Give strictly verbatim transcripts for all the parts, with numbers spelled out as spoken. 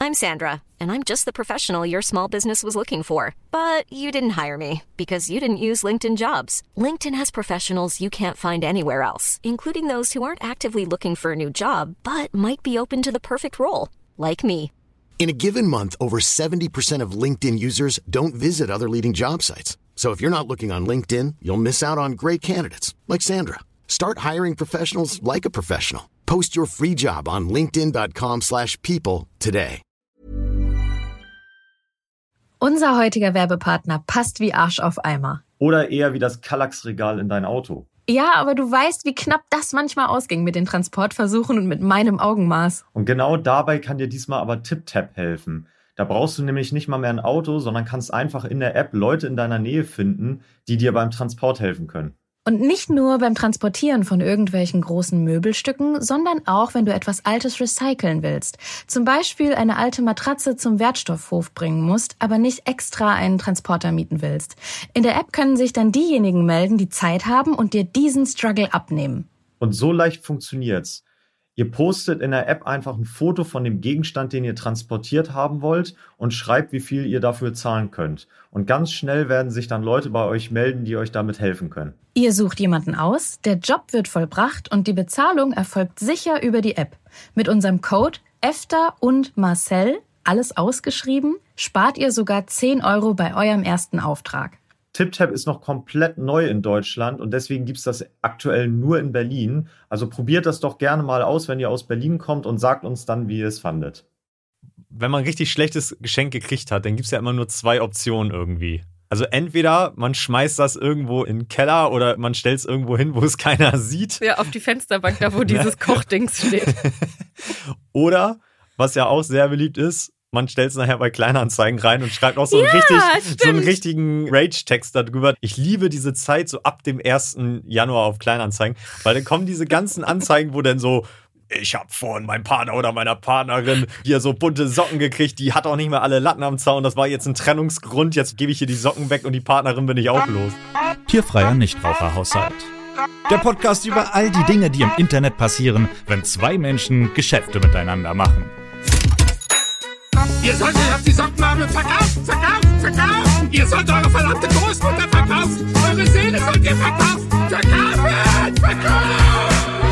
I'm Sandra, and I'm just the professional your small business was looking for. But you didn't hire me because you didn't use LinkedIn Jobs. LinkedIn has professionals you can't find anywhere else, including those who aren't actively looking for a new job, but might be open to the perfect role, like me. In a given month, over seventy percent of LinkedIn users don't visit other leading job sites. So if you're not looking on LinkedIn, you'll miss out on great candidates like Sandra. Start hiring professionals like a professional. Post your free job on linkedin dot com slash people today. Unser heutiger Werbepartner passt wie Arsch auf Eimer. Oder eher wie das Kallax-Regal in dein Auto. Ja, aber du weißt, wie knapp das manchmal ausging mit den Transportversuchen und mit meinem Augenmaß. Und genau dabei kann dir diesmal aber TipTap helfen. Da brauchst du nämlich nicht mal mehr ein Auto, sondern kannst einfach in der App Leute in deiner Nähe finden, die dir beim Transport helfen können. Und nicht nur beim Transportieren von irgendwelchen großen Möbelstücken, sondern auch, wenn du etwas Altes recyceln willst. Zum Beispiel eine alte Matratze zum Wertstoffhof bringen musst, aber nicht extra einen Transporter mieten willst. In der App können sich dann diejenigen melden, die Zeit haben und dir diesen Struggle abnehmen. Und so leicht funktioniert's. Ihr postet in der App einfach ein Foto von dem Gegenstand, den ihr transportiert haben wollt und schreibt, wie viel ihr dafür zahlen könnt. Und ganz schnell werden sich dann Leute bei euch melden, die euch damit helfen können. Ihr sucht jemanden aus, der Job wird vollbracht und die Bezahlung erfolgt sicher über die App. Mit unserem Code E F T A und Marcel, alles ausgeschrieben, spart ihr sogar zehn Euro bei eurem ersten Auftrag. TipTap ist noch komplett neu in Deutschland und deswegen gibt's das aktuell nur in Berlin. Also probiert das doch gerne mal aus, wenn ihr aus Berlin kommt und sagt uns dann, wie ihr es fandet. Wenn man ein richtig schlechtes Geschenk gekriegt hat, dann gibt's ja immer nur zwei Optionen irgendwie. Also entweder man schmeißt das irgendwo in den Keller oder man stellt es irgendwo hin, wo es keiner sieht. Ja, auf die Fensterbank, da wo dieses Kochdings steht. Oder, was ja auch sehr beliebt ist, man stellt es nachher bei Kleinanzeigen rein und schreibt auch so, ja, einen, richtig, so einen richtigen Rage-Text darüber. Ich liebe diese Zeit so ab dem ersten Januar auf Kleinanzeigen, weil dann kommen diese ganzen Anzeigen, wo dann so, ich habe von meinem Partner oder meiner Partnerin hier so bunte Socken gekriegt, die hat auch nicht mehr alle Latten am Zaun, das war jetzt ein Trennungsgrund, jetzt gebe ich hier die Socken weg und die Partnerin bin ich auch los. Tierfreier Nichtraucherhaushalt. Der Podcast über all die Dinge, die im Internet passieren, wenn zwei Menschen Geschäfte miteinander machen. Ihr solltet auf die Sockenmarmel verkaufen, verkaufen, verkaufen. Ihr sollt eure verdammte Großmutter verkaufen. Eure Seele sollt ihr verkaufen. Verkaufen, verkaufen.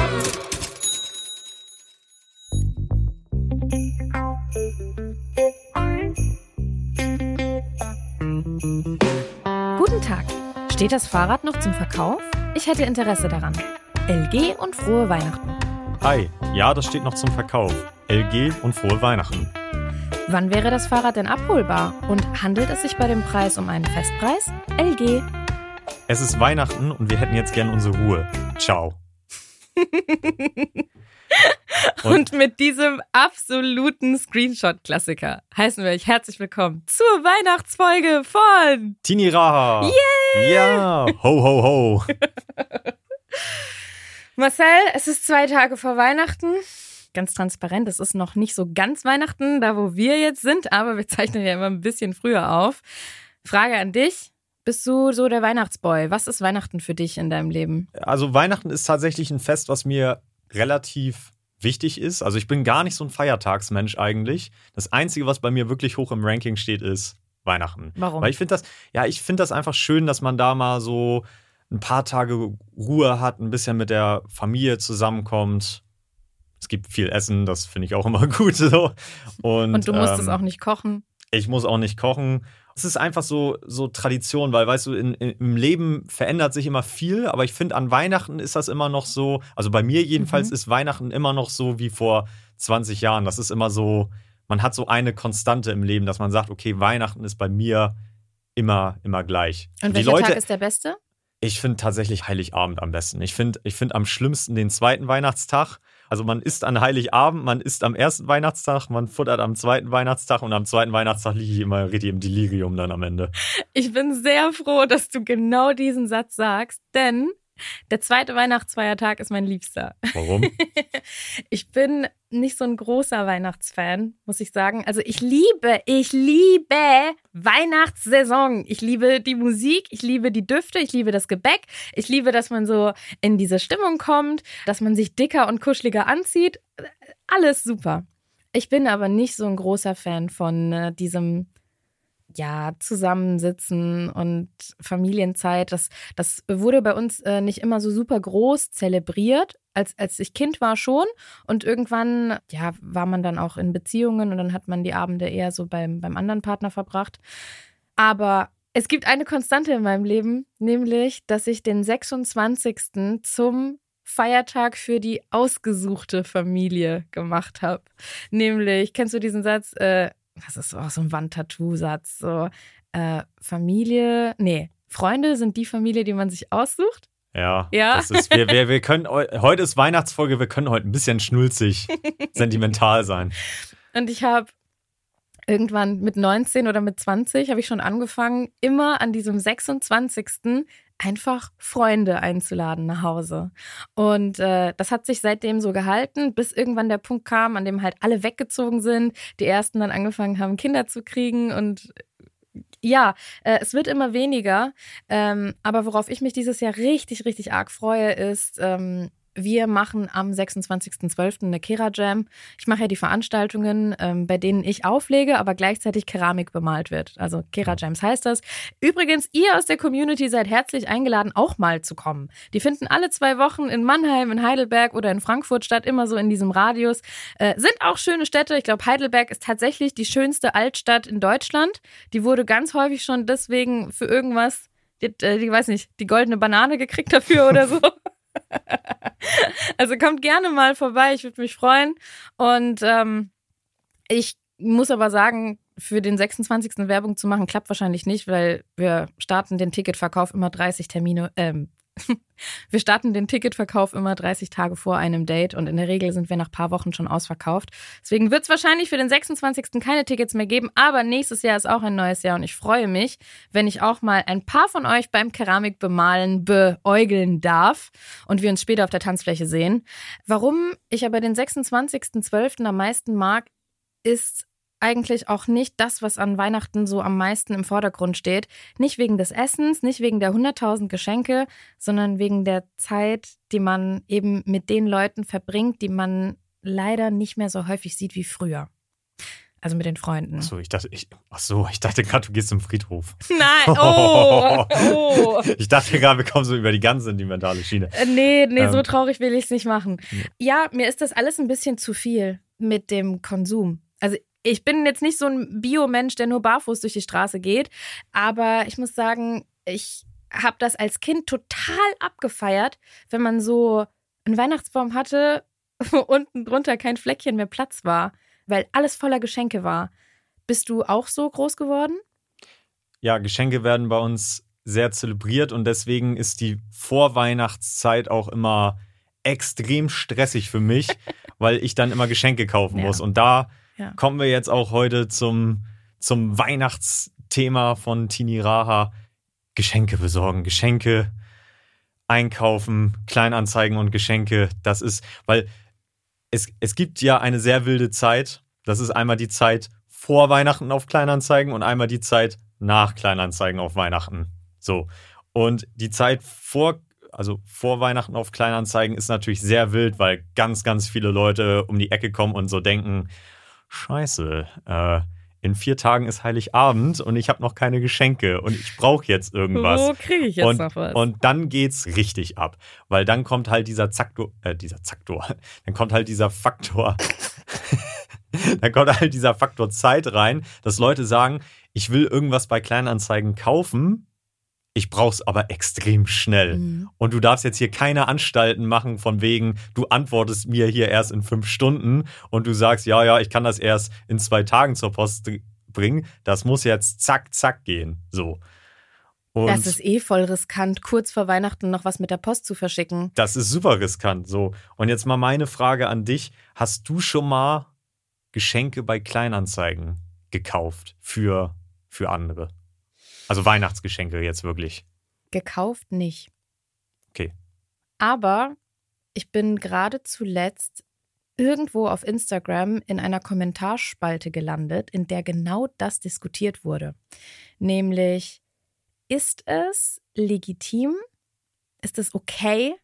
Guten Tag. Steht das Fahrrad noch zum Verkauf? Ich hätte Interesse daran. L G und frohe Weihnachten. Hi, ja, das steht noch zum Verkauf. L G und frohe Weihnachten. Wann wäre das Fahrrad denn abholbar? Und handelt es sich bei dem Preis um einen Festpreis? L G. Es ist Weihnachten und wir hätten jetzt gern unsere Ruhe. Ciao. und, und mit diesem absoluten Screenshot-Klassiker heißen wir euch herzlich willkommen zur Weihnachtsfolge von Tini Raha. Yeah! Ja, ho, ho, ho. Marcel, es ist zwei Tage vor Weihnachten. Ganz transparent, es ist noch nicht so ganz Weihnachten, da wo wir jetzt sind, aber wir zeichnen ja immer ein bisschen früher auf. Frage an dich, bist du so der Weihnachtsboy? Was ist Weihnachten für dich in deinem Leben? Also Weihnachten ist tatsächlich ein Fest, was mir relativ wichtig ist. Also ich bin gar nicht so ein Feiertagsmensch eigentlich. Das Einzige, was bei mir wirklich hoch im Ranking steht, ist Weihnachten. Warum? Weil ich finde das, ja, ich finde das einfach schön, dass man da mal so ein paar Tage Ruhe hat, ein bisschen mit der Familie zusammenkommt. Es gibt viel Essen, das finde ich auch immer gut. So. Und, Und du musst ähm, es auch nicht kochen. Ich muss auch nicht kochen. Es ist einfach so, so Tradition, weil, weißt du, in, in, im Leben verändert sich immer viel, aber ich finde, an Weihnachten ist das immer noch so, also bei mir jedenfalls mhm. ist Weihnachten immer noch so wie vor zwanzig Jahren. Das ist immer so, man hat so eine Konstante im Leben, dass man sagt, okay, Weihnachten ist bei mir immer, immer gleich. Und welcher Tag ist der beste? Ich finde tatsächlich Heiligabend am besten. Ich finde ich find am schlimmsten den zweiten Weihnachtstag. Also man isst an Heiligabend, man isst am ersten Weihnachtstag, man futtert am zweiten Weihnachtstag und am zweiten Weihnachtstag liege ich immer richtig im Delirium dann am Ende. Ich bin sehr froh, dass du genau diesen Satz sagst, denn der zweite Weihnachtsfeiertag ist mein Liebster. Warum? Ich bin nicht so ein großer Weihnachtsfan, muss ich sagen. Also ich liebe, ich liebe Weihnachtssaison. Ich liebe die Musik, ich liebe die Düfte, ich liebe das Gebäck. Ich liebe, dass man so in diese Stimmung kommt, dass man sich dicker und kuscheliger anzieht. Alles super. Ich bin aber nicht so ein großer Fan von äh, diesem ja, Zusammensitzen und Familienzeit. Das, das wurde bei uns äh, nicht immer so super groß zelebriert. Als, als ich Kind war schon. Und irgendwann ja, war man dann auch in Beziehungen und dann hat man die Abende eher so beim, beim anderen Partner verbracht. Aber es gibt eine Konstante in meinem Leben, nämlich, dass ich den sechsundzwanzigsten zum Feiertag für die ausgesuchte Familie gemacht habe. Nämlich, kennst du diesen Satz, äh, das ist auch so ein Wandtattoo-Satz, so äh, Familie, nee, Freunde sind die Familie, die man sich aussucht. Ja, ja. Das ist, wir, wir, wir können, heute ist Weihnachtsfolge, wir können heute ein bisschen schnulzig, sentimental sein. Und ich habe irgendwann mit neunzehn oder mit zwanzig habe ich schon angefangen, immer an diesem sechsundzwanzigsten einfach Freunde einzuladen nach Hause. Und äh, das hat sich seitdem so gehalten, bis irgendwann der Punkt kam, an dem halt alle weggezogen sind, die ersten dann angefangen haben, Kinder zu kriegen und ja, äh, es wird immer weniger. Ähm, aber worauf ich mich dieses Jahr richtig, richtig arg freue, ist, ähm, wir machen am sechsundzwanzigsten zwölften eine Kera-Jam. Ich mache ja die Veranstaltungen, ähm, bei denen ich auflege, aber gleichzeitig Keramik bemalt wird. Also Kera-Jams heißt das. Übrigens, ihr aus der Community seid herzlich eingeladen, auch mal zu kommen. Die finden alle zwei Wochen in Mannheim, in Heidelberg oder in Frankfurt statt, immer so in diesem Radius. Äh, sind auch schöne Städte. Ich glaube, Heidelberg ist tatsächlich die schönste Altstadt in Deutschland. Die wurde ganz häufig schon deswegen für irgendwas, die, äh, die weiß nicht, die goldene Banane gekriegt dafür oder so. Also kommt gerne mal vorbei, ich würde mich freuen. Und ähm, ich muss aber sagen, für den sechsundzwanzigsten Werbung zu machen, klappt wahrscheinlich nicht, weil wir starten den Ticketverkauf immer dreißig Termine, ähm, wir starten den Ticketverkauf immer dreißig Tage vor einem Date und in der Regel sind wir nach ein paar Wochen schon ausverkauft. Deswegen wird es wahrscheinlich für den sechsundzwanzigsten keine Tickets mehr geben, aber nächstes Jahr ist auch ein neues Jahr und ich freue mich, wenn ich auch mal ein paar von euch beim Keramikbemalen beäugeln darf und wir uns später auf der Tanzfläche sehen. Warum ich aber den sechsundzwanzigsten zwölften am meisten mag, ist eigentlich auch nicht das, was an Weihnachten so am meisten im Vordergrund steht. Nicht wegen des Essens, nicht wegen der hunderttausend Geschenke, sondern wegen der Zeit, die man eben mit den Leuten verbringt, die man leider nicht mehr so häufig sieht wie früher. Also mit den Freunden. Achso, ich dachte, ich, ach so, ich dachte gerade, du gehst zum Friedhof. Nein, oh, oh. Ich dachte gerade, wir kommen so über die ganz sentimentale Schiene. Äh, nee, nee, ähm. so traurig will ich es nicht machen. Ja, mir ist das alles ein bisschen zu viel mit dem Konsum. Also ich bin jetzt nicht so ein Bio-Mensch, der nur barfuß durch die Straße geht, aber ich muss sagen, ich habe das als Kind total abgefeiert, wenn man so einen Weihnachtsbaum hatte, wo unten drunter kein Fleckchen mehr Platz war, weil alles voller Geschenke war. Bist du auch so groß geworden? Ja, Geschenke werden bei uns sehr zelebriert und deswegen ist die Vorweihnachtszeit auch immer extrem stressig für mich, weil ich dann immer Geschenke kaufen Ja. muss. Und da Ja. kommen wir jetzt auch heute zum, zum Weihnachtsthema von Tini Raha. Geschenke besorgen, Geschenke einkaufen, Kleinanzeigen und Geschenke. Das ist, weil es, es gibt ja eine sehr wilde Zeit. Das ist einmal die Zeit vor Weihnachten auf Kleinanzeigen und einmal die Zeit nach Kleinanzeigen auf Weihnachten. So. Und die Zeit vor Also vor Weihnachten auf Kleinanzeigen ist natürlich sehr wild, weil ganz, ganz viele Leute um die Ecke kommen und so denken, Scheiße, äh, in vier Tagen ist Heiligabend und ich habe noch keine Geschenke und ich brauche jetzt irgendwas. Wo kriege ich jetzt und, noch was? Und dann geht's richtig ab, weil dann kommt halt dieser Zaktor, äh, dieser Zaktor, dann kommt halt dieser Faktor, dann kommt halt dieser Faktor Zeit rein, dass Leute sagen, ich will irgendwas bei Kleinanzeigen kaufen, ich brauch's aber extrem schnell. Mhm. Und du darfst jetzt hier keine Anstalten machen von wegen, du antwortest mir hier erst in fünf Stunden und du sagst, ja, ja, ich kann das erst in zwei Tagen zur Post bringen. Das muss jetzt zack, zack gehen. So. Und das ist eh voll riskant, kurz vor Weihnachten noch was mit der Post zu verschicken. Das ist super riskant. So. Und jetzt mal meine Frage an dich. Hast du schon mal Geschenke bei Kleinanzeigen gekauft für, für andere? Also Weihnachtsgeschenke jetzt wirklich. Gekauft nicht. Okay. Aber ich bin gerade zuletzt irgendwo auf Instagram in einer Kommentarspalte gelandet, in der genau das diskutiert wurde. Nämlich, ist es legitim, ist es okay,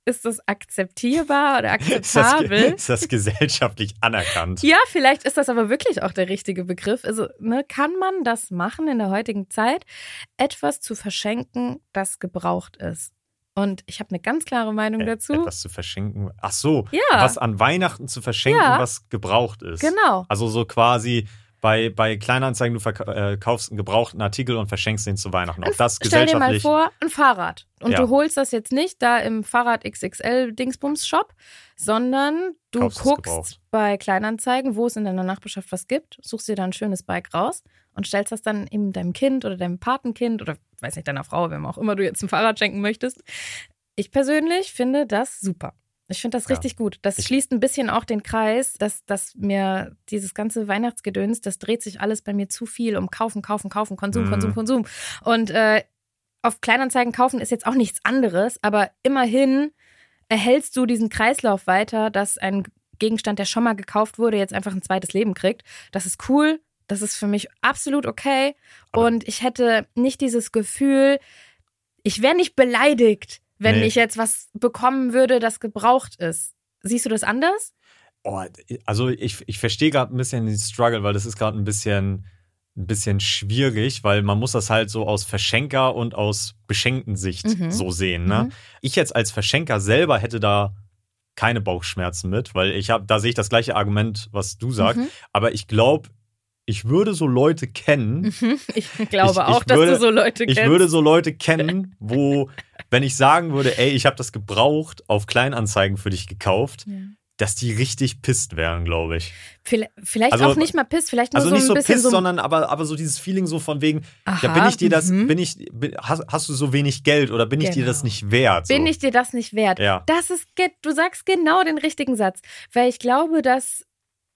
ist das akzeptierbar oder Ist das, akzeptabel? ist das gesellschaftlich anerkannt? Ja, vielleicht ist das aber wirklich auch der richtige Begriff. Also, ne, kann man das machen in der heutigen Zeit, etwas zu verschenken, das gebraucht ist? Und ich habe eine ganz klare Meinung Äh, dazu. Etwas zu verschenken. Ach so, Ja. was an Weihnachten zu verschenken, Ja. was gebraucht ist. Genau. Also so quasi bei, bei Kleinanzeigen, du verk- äh, kaufst einen gebrauchten Artikel und verschenkst den zu Weihnachten. Auch das Stell dir mal gesellschaftlich. vor, ein Fahrrad. Und Ja. du holst das jetzt nicht da im Fahrrad X X L-Dingsbums-Shop, sondern du Kaufst es guckst gebraucht. bei Kleinanzeigen, wo es in deiner Nachbarschaft was gibt, suchst dir da ein schönes Bike raus und stellst das dann eben deinem Kind oder deinem Patenkind oder, weiß nicht, deiner Frau, wem auch immer du jetzt ein Fahrrad schenken möchtest. Ich persönlich finde das super. Ich finde das Ja. richtig gut. Das Ich- schließt ein bisschen auch den Kreis, dass, dass mir dieses ganze Weihnachtsgedöns, das dreht sich alles bei mir zu viel um Kaufen, Kaufen, Kaufen, Konsum, Mhm. Konsum, Konsum. Und äh, auf Kleinanzeigen kaufen ist jetzt auch nichts anderes, aber immerhin erhältst du diesen Kreislauf weiter, dass ein Gegenstand, der schon mal gekauft wurde, jetzt einfach ein zweites Leben kriegt. Das ist cool. Das ist für mich absolut okay. Aber- Und ich hätte nicht dieses Gefühl, ich wäre nicht beleidigt, wenn Nee. ich jetzt was bekommen würde, das gebraucht ist. Siehst du das anders? Oh, also ich, ich verstehe gerade ein bisschen den Struggle, weil das ist gerade ein bisschen, ein bisschen schwierig, weil man muss das halt so aus Verschenker und aus beschenkten Sicht Mhm. so sehen. Ne? Mhm. Ich jetzt als Verschenker selber hätte da keine Bauchschmerzen mit, weil ich habe, da sehe ich das gleiche Argument, was du sagst. Mhm. Aber ich glaube, ich würde so Leute kennen, Mhm. Ich glaube Ich- ich auch, dass würde- du so Leute ich kennst. würde so Leute kennen, wo, wenn ich sagen würde, ey, ich habe das gebraucht, auf Kleinanzeigen für dich gekauft, Ja. dass die richtig pisst wären, glaube ich. Vielleicht, vielleicht Also- auch nicht mal Piss, vielleicht nur Also so nicht ein so bisschen pisst, so. sondern aber, aber so dieses Feeling so von wegen, Aha, ja, bin ich dir das, mhm. bin ich, bin, hast, hast du so wenig Geld oder bin ich dir Genau. das nicht wert? So. Bin ich dir das nicht wert? Ja. Das ist, ge- du sagst genau den richtigen Satz, weil ich glaube, dass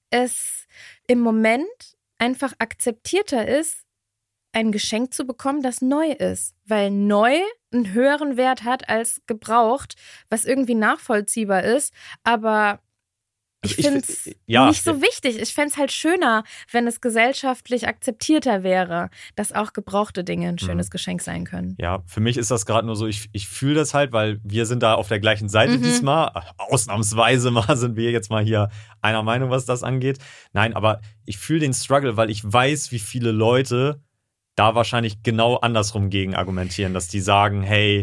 es im Moment einfach akzeptierter ist, ein Geschenk zu bekommen, das neu ist, weil neu einen höheren Wert hat als gebraucht, was irgendwie nachvollziehbar ist, aber ich Also ich- finde es ja. nicht so wichtig. Ich fände es halt schöner, wenn es gesellschaftlich akzeptierter wäre, dass auch gebrauchte Dinge ein schönes Mhm. Geschenk sein können. Ja, für mich ist das gerade nur so, ich, ich fühle das halt, weil wir sind da auf der gleichen Seite Mhm. diesmal. Ausnahmsweise mal sind wir jetzt mal hier einer Meinung, was das angeht. Nein, aber ich fühle den Struggle, weil ich weiß, wie viele Leute da wahrscheinlich genau andersrum gegen argumentieren, dass die sagen, hey,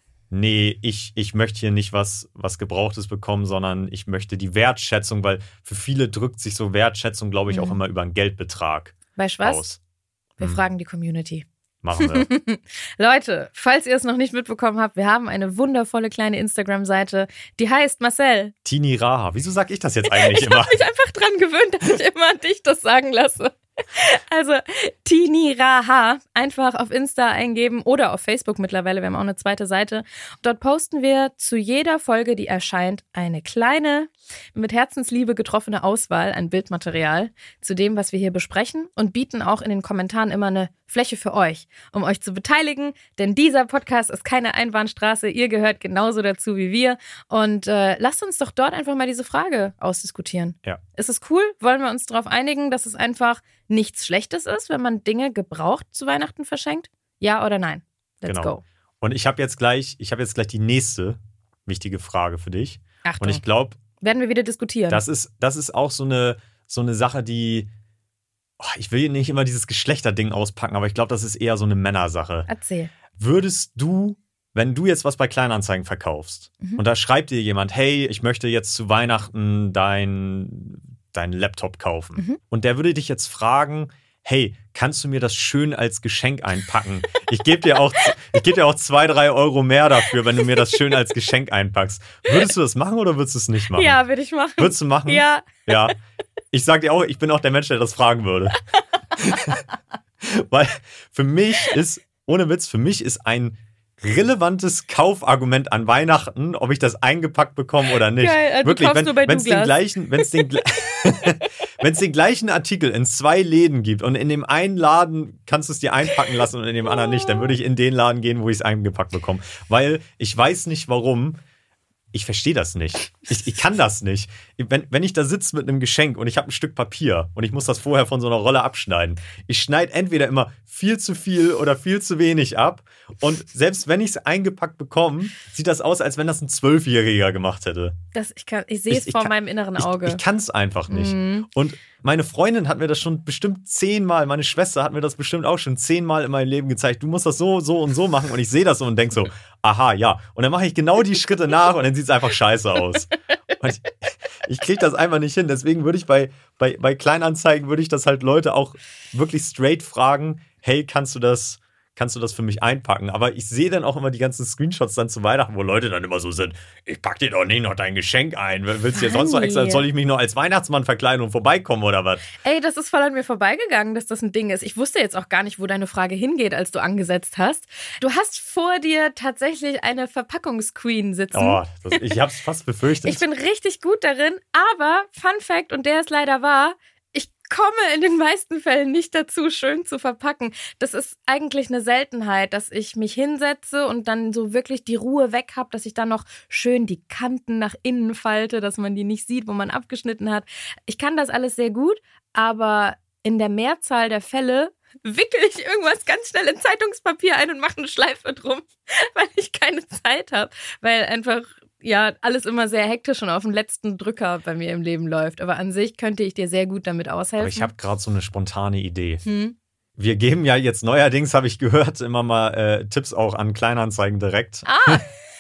nee, ich, ich möchte hier nicht was, was Gebrauchtes bekommen, sondern ich möchte die Wertschätzung, weil für viele drückt sich so Wertschätzung, glaube ich, auch Mhm. immer über einen Geldbetrag Weißt du was? aus. Wir Mhm. fragen die Community. Machen wir. Leute, falls ihr es noch nicht mitbekommen habt, wir haben eine wundervolle kleine Instagram-Seite, die heißt Marcel. Tini Raha. Wieso sag ich das jetzt eigentlich Ich immer? habe mich einfach dran gewöhnt, dass ich immer dich das sagen lasse. Also Tini Raha, einfach auf Insta eingeben oder auf Facebook mittlerweile, wir haben auch eine zweite Seite. Dort posten wir zu jeder Folge, die erscheint, eine kleine, mit Herzensliebe getroffene Auswahl an Bildmaterial zu dem, was wir hier besprechen und bieten auch in den Kommentaren immer eine Fläche für euch, um euch zu beteiligen, denn dieser Podcast ist keine Einbahnstraße, ihr gehört genauso dazu wie wir und äh, lasst uns doch dort einfach mal diese Frage ausdiskutieren. Ja. Ist es cool? Wollen wir uns darauf einigen, dass es einfach nichts Schlechtes ist, wenn man Dinge gebraucht zu Weihnachten verschenkt? Ja oder nein? Let's Genau. go. Und ich habe jetzt gleich, ich habe jetzt gleich die nächste wichtige Frage für dich. Achtung, Und ich glaube, werden wir wieder diskutieren. das ist, das ist auch so eine, so eine Sache, die, oh, ich will nicht immer dieses Geschlechterding auspacken, aber ich glaube, das ist eher so eine Männersache. Erzähl. Würdest du, wenn du jetzt was bei Kleinanzeigen verkaufst Mhm. und da schreibt dir jemand, hey, ich möchte jetzt zu Weihnachten dein, deinen Laptop kaufen. Mhm. Und der würde dich jetzt fragen, hey, kannst du mir das schön als Geschenk einpacken? Ich gebe dir auch, ich gebe dir auch zwei, drei Euro mehr dafür, wenn du mir das schön als Geschenk einpackst. Würdest du das machen oder würdest du es nicht machen? Ja, würde ich machen. Würdest du machen? Ja. Ja. Ich sag dir auch, ich bin auch der Mensch, der das fragen würde. Weil für mich ist, ohne Witz, für mich ist ein relevantes Kaufargument an Weihnachten, ob ich das eingepackt bekomme oder nicht. Geil, also du Wirklich, kaufst wenn nur bei es den Douglas. gleichen, wenn es den, gle- wenn's den gleichen Artikel in zwei Läden gibt und in dem einen Laden kannst du es dir einpacken lassen und in dem anderen nicht, dann würde ich in den Laden gehen, wo ich es eingepackt bekomme. Weil ich weiß nicht warum, ich verstehe das nicht. Ich, ich kann das nicht. Wenn, wenn ich da sitze mit einem Geschenk und ich habe ein Stück Papier und ich muss das vorher von so einer Rolle abschneiden, ich schneide entweder immer viel zu viel oder viel zu wenig ab. Und selbst wenn ich es eingepackt bekomme, sieht das aus, als wenn das ein Zwölfjähriger gemacht hätte. Das, ich kann, ich sehe es vor kann, meinem inneren Auge. Ich, ich kann es einfach nicht. Mhm. Und meine Freundin hat mir das schon bestimmt zehnmal, meine Schwester hat mir das bestimmt auch schon zehnmal in meinem Leben gezeigt. Du musst das so, so und so machen. Und ich sehe das so und denke so, aha, ja. Und dann mache ich genau die Schritte nach und dann sieht es einfach scheiße aus. Und ich, ich kriege das einfach nicht hin. Deswegen würde ich bei, bei, bei Kleinanzeigen, würde ich das halt Leute auch wirklich straight fragen, hey, kannst du das... kannst du das für mich einpacken? Aber ich sehe dann auch immer die ganzen Screenshots dann zu Weihnachten, wo Leute dann immer so sind, ich pack dir doch nicht noch dein Geschenk ein. Willst du dir sonst noch extra, soll ich mich noch als Weihnachtsmann verkleiden und vorbeikommen oder was? Ey, das ist voll an mir vorbeigegangen, dass das ein Ding ist. Ich wusste jetzt auch gar nicht, wo deine Frage hingeht, als du angesetzt hast. Du hast vor dir tatsächlich eine Verpackungsqueen sitzen. Oh, das, ich hab's fast befürchtet. Ich bin richtig gut darin, aber Fun Fact, und der ist leider wahr, ich komme in den meisten Fällen nicht dazu, schön zu verpacken. Das ist eigentlich eine Seltenheit, dass ich mich hinsetze und dann so wirklich die Ruhe weg habe, dass ich dann noch schön die Kanten nach innen falte, dass man die nicht sieht, wo man abgeschnitten hat. Ich kann das alles sehr gut, aber in der Mehrzahl der Fälle wickel ich irgendwas ganz schnell in Zeitungspapier ein und mache eine Schleife drum, weil ich keine Zeit habe, weil einfach ja alles immer sehr hektisch und auf dem letzten Drücker bei mir im Leben läuft. Aber an sich könnte ich dir sehr gut damit aushelfen. Aber ich habe gerade so eine spontane Idee. Hm? Wir geben ja jetzt neuerdings, habe ich gehört, immer mal äh, Tipps auch an Kleinanzeigen direkt. Ah!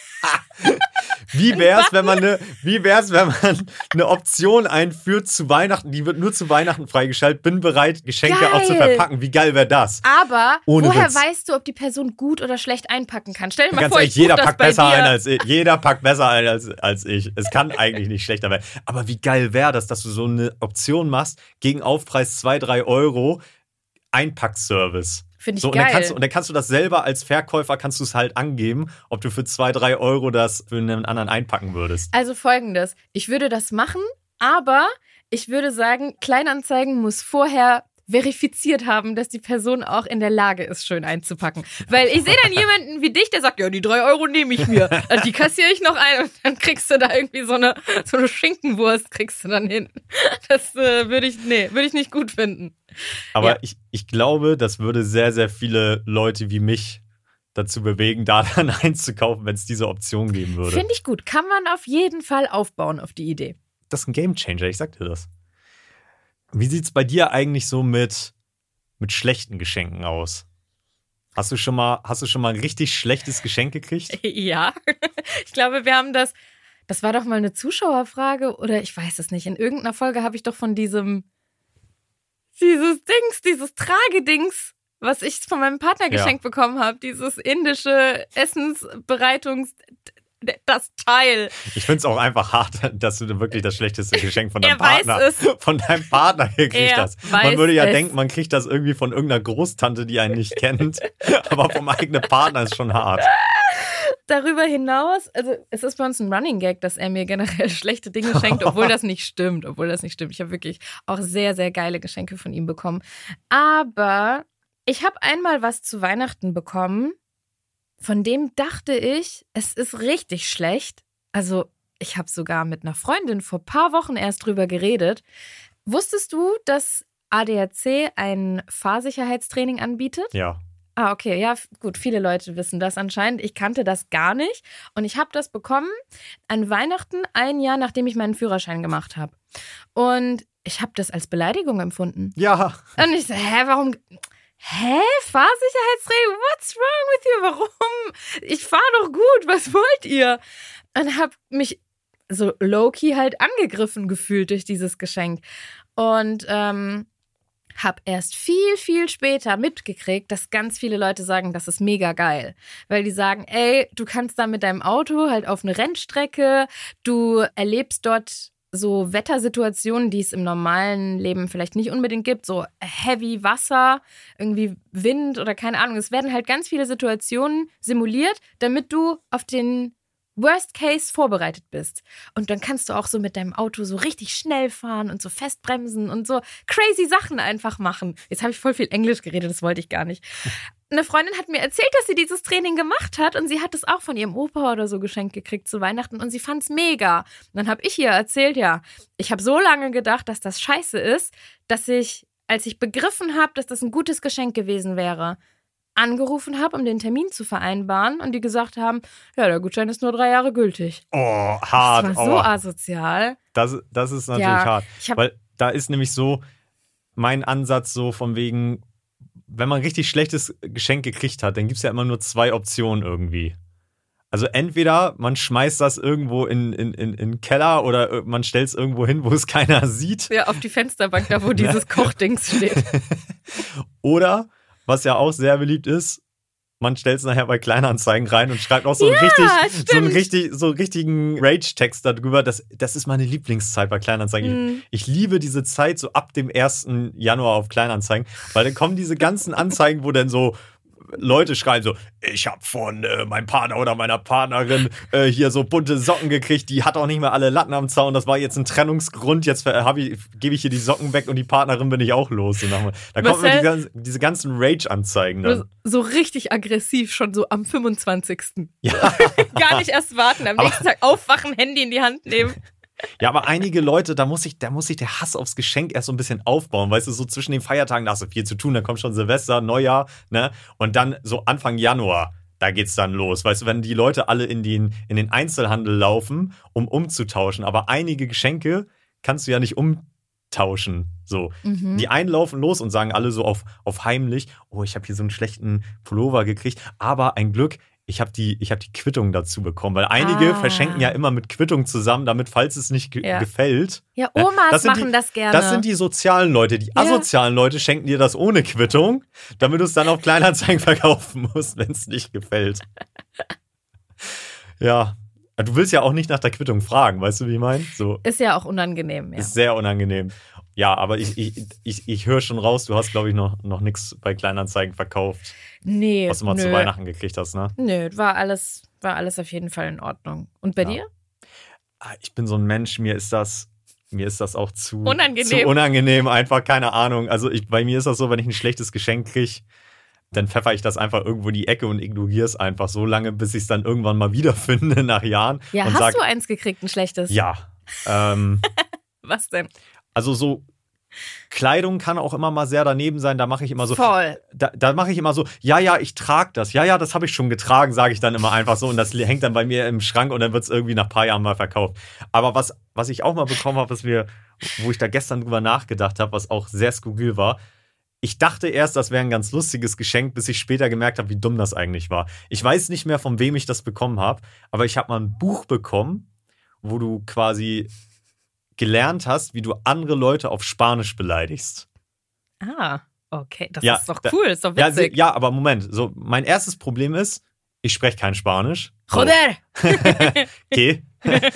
Wie wär's, wenn man eine, wie wär's, wenn man eine Option einführt zu Weihnachten, die wird nur zu Weihnachten freigeschaltet, bin bereit, Geschenke Geil. auch zu verpacken. Wie geil wäre das? Aber Ohne woher Witz. weißt du, ob die Person gut oder schlecht einpacken kann? Stell dir mal Ganz vor, ehrlich, ich jeder buch das packt bei besser dir. ein als ich. Jeder packt besser ein als, als ich. Es kann eigentlich nicht schlechter werden. Aber wie geil wäre das, dass du so eine Option machst, gegen Aufpreis zwei, drei Euro, Einpackservice. Finde ich so, und geil. dann kannst du, und dann kannst du das selber als Verkäufer, kannst du es halt angeben, ob du für zwei, drei Euro das für einen anderen einpacken würdest. Also folgendes, ich würde das machen, aber ich würde sagen, Kleinanzeigen muss vorher verifiziert haben, dass die Person auch in der Lage ist, schön einzupacken. Weil ich sehe dann jemanden wie dich, der sagt, ja, die drei Euro nehme ich mir. Die kassiere ich noch ein und dann kriegst du da irgendwie so eine, so eine Schinkenwurst, kriegst du dann hin. Das äh, würde ich, nee, würde ich nicht gut finden. Aber ja. ich, ich glaube, das würde sehr, sehr viele Leute wie mich dazu bewegen, da dann einzukaufen, wenn es diese Option geben würde. Finde ich gut. Kann man auf jeden Fall aufbauen auf die Idee. Das ist ein Gamechanger, ich sag dir das. Wie sieht's bei dir eigentlich so mit, mit schlechten Geschenken aus? Hast du schon mal, hast du schon mal ein richtig schlechtes Geschenk gekriegt? Ja, ich glaube, wir haben das, das war doch mal eine Zuschauerfrage oder ich weiß es nicht. In irgendeiner Folge habe ich doch von diesem, dieses Dings, dieses Tragedings, was ich von meinem Partner geschenkt Ja. bekommen habe, dieses indische Essensbereitungs... das Teil. Ich finde es auch einfach hart, dass du wirklich das schlechteste Geschenk von deinem Er weiß Partner, es. von deinem Partner gekriegt Er hast. weiß Man würde ja es. denken, man kriegt das irgendwie von irgendeiner Großtante, die einen nicht kennt. Aber vom eigenen Partner ist schon hart. Darüber hinaus, also es ist bei uns ein Running Gag, dass er mir generell schlechte Dinge schenkt, obwohl das nicht stimmt, obwohl das nicht stimmt. Ich habe wirklich auch sehr, sehr geile Geschenke von ihm bekommen. Aber ich habe einmal was zu Weihnachten bekommen, von dem dachte ich, es ist richtig schlecht. Also ich habe sogar mit einer Freundin vor ein paar Wochen erst drüber geredet. Wusstest du, dass A D A C ein Fahrsicherheitstraining anbietet? Ja. Ah, okay, ja, gut, viele Leute wissen das anscheinend. Ich kannte das gar nicht und ich habe das bekommen an Weihnachten, ein Jahr nachdem ich meinen Führerschein gemacht habe. Und ich habe das als Beleidigung empfunden. Ja. Und ich so, hä, warum... Hä? Fahrsicherheitstraining? What's wrong with you? Warum? Ich fahre doch gut. Was wollt ihr? Und habe mich so low-key halt angegriffen gefühlt durch dieses Geschenk. Und ähm, habe erst viel, viel später mitgekriegt, dass ganz viele Leute sagen, das ist mega geil. Weil die sagen, ey, du kannst da mit deinem Auto halt auf eine Rennstrecke, du erlebst dort so Wettersituationen, die es im normalen Leben vielleicht nicht unbedingt gibt, so heavy Wasser, irgendwie Wind oder keine Ahnung. Es werden halt ganz viele Situationen simuliert, damit du auf den Worst Case vorbereitet bist. Und dann kannst du auch so mit deinem Auto so richtig schnell fahren und so festbremsen und so crazy Sachen einfach machen. Jetzt habe ich voll viel Englisch geredet, das wollte ich gar nicht. Eine Freundin hat mir erzählt, dass sie dieses Training gemacht hat und sie hat es auch von ihrem Opa oder so geschenkt gekriegt zu Weihnachten und sie fand es mega. Und dann habe ich ihr erzählt, ja, ich habe so lange gedacht, dass das scheiße ist, dass ich, als ich begriffen habe, dass das ein gutes Geschenk gewesen wäre, angerufen habe, um den Termin zu vereinbaren und die gesagt haben, ja, der Gutschein ist nur drei Jahre gültig. Oh, hart. Das war so oh. asozial. Das, das ist natürlich Ja, hart. ich hab- Weil da ist nämlich so mein Ansatz so von wegen, wenn man ein richtig schlechtes Geschenk gekriegt hat, dann gibt es ja immer nur zwei Optionen irgendwie. Also entweder man schmeißt das irgendwo in in, in, in den Keller oder man stellt es irgendwo hin, wo es keiner sieht. Ja, auf die Fensterbank, da wo dieses Kochdings steht. Oder, was ja auch sehr beliebt ist, man stellt es nachher bei Kleinanzeigen rein und schreibt auch so einen, Ja, richtig, so einen, stimmt. richtig, so einen richtigen Rage-Text darüber. Das, das ist meine Lieblingszeit bei Kleinanzeigen. Mhm. Ich, ich liebe diese Zeit so ab dem ersten Januar auf Kleinanzeigen, weil dann kommen diese ganzen Anzeigen, wo dann so Leute schreiben so, ich habe von äh, meinem Partner oder meiner Partnerin äh, hier so bunte Socken gekriegt, die hat auch nicht mehr alle Latten am Zaun, das war jetzt ein Trennungsgrund, jetzt hab ich, gebe ich hier die Socken weg und die Partnerin bin ich auch los. Und dann, da kommen Marcel? immer die, ganzen- diese ganzen Rage-Anzeigen dann. So richtig aggressiv, schon so am fünfundzwanzigsten Ja. Gar nicht erst warten, am nächsten Tag aufwachen, Handy in die Hand nehmen. Ja, aber einige Leute, da muss sich, da muss sich der Hass aufs Geschenk erst so ein bisschen aufbauen. Weißt du, so zwischen den Feiertagen, da hast du viel zu tun, dann kommt schon Silvester, Neujahr, ne? Und dann so Anfang Januar, da geht's dann los. Weißt du, wenn die Leute alle in den, in den Einzelhandel laufen, um umzutauschen. Aber einige Geschenke kannst du ja nicht umtauschen. So. Mhm. Die einen laufen los und sagen alle so auf, auf heimlich, oh, ich habe hier so einen schlechten Pullover gekriegt, aber ein Glück, ich habe die, ich hab die Quittung dazu bekommen, weil einige Ah. verschenken ja immer mit Quittung zusammen, damit, falls es nicht ge Ja. gefällt. Ja, Ja, Omas das sind machen die- das gerne. Das sind die sozialen Leute. Die Ja. asozialen Leute schenken dir das ohne Quittung, damit du es dann auf Kleinanzeigen verkaufen musst, wenn es nicht gefällt. Ja. Du willst ja auch nicht nach der Quittung fragen, weißt du, wie ich meine? So. Ist ja auch unangenehm, ja. Ist sehr unangenehm. Ja, aber ich, ich, ich, ich höre schon raus, du hast, glaube ich, noch, noch nichts bei Kleinanzeigen verkauft, Nee, was du mal nö. zu Weihnachten gekriegt hast, ne? Nö, war alles, war alles auf jeden Fall in Ordnung. Und bei Ja. dir? Ah, Ich bin so ein Mensch, mir ist das, mir ist das auch zu Unangenehm. zu unangenehm, einfach keine Ahnung. Also ich, bei mir ist das so, wenn ich ein schlechtes Geschenk kriege, dann pfeffer ich das einfach irgendwo in die Ecke und ignoriere es einfach so lange, bis ich es dann irgendwann mal wiederfinde nach Jahren. Ja, und hast sag, du eins gekriegt, ein schlechtes? ja. Ähm, Was denn? also so Kleidung kann auch immer mal sehr daneben sein. Da mache ich immer so, Voll. da, da mache ich immer so, ja, ja, ich trage das. Ja, ja, das habe ich schon getragen, sage ich dann immer einfach so. Und das hängt dann bei mir im Schrank und dann wird es irgendwie nach ein paar Jahren mal verkauft. Aber was, was ich auch mal bekommen habe, was wir, wo ich da gestern drüber nachgedacht habe, was auch sehr skurril war. Ich dachte erst, das wäre ein ganz lustiges Geschenk, bis ich später gemerkt habe, wie dumm das eigentlich war. Ich weiß nicht mehr, von wem ich das bekommen habe, aber ich habe mal ein Buch bekommen, wo du quasi gelernt hast, wie du andere Leute auf Spanisch beleidigst. Ah, okay. Das Ja, ist doch da- cool, ist doch Ja, witzig. se- ja, aber Moment. So, mein erstes Problem ist, ich spreche kein Spanisch. So, Joder! okay.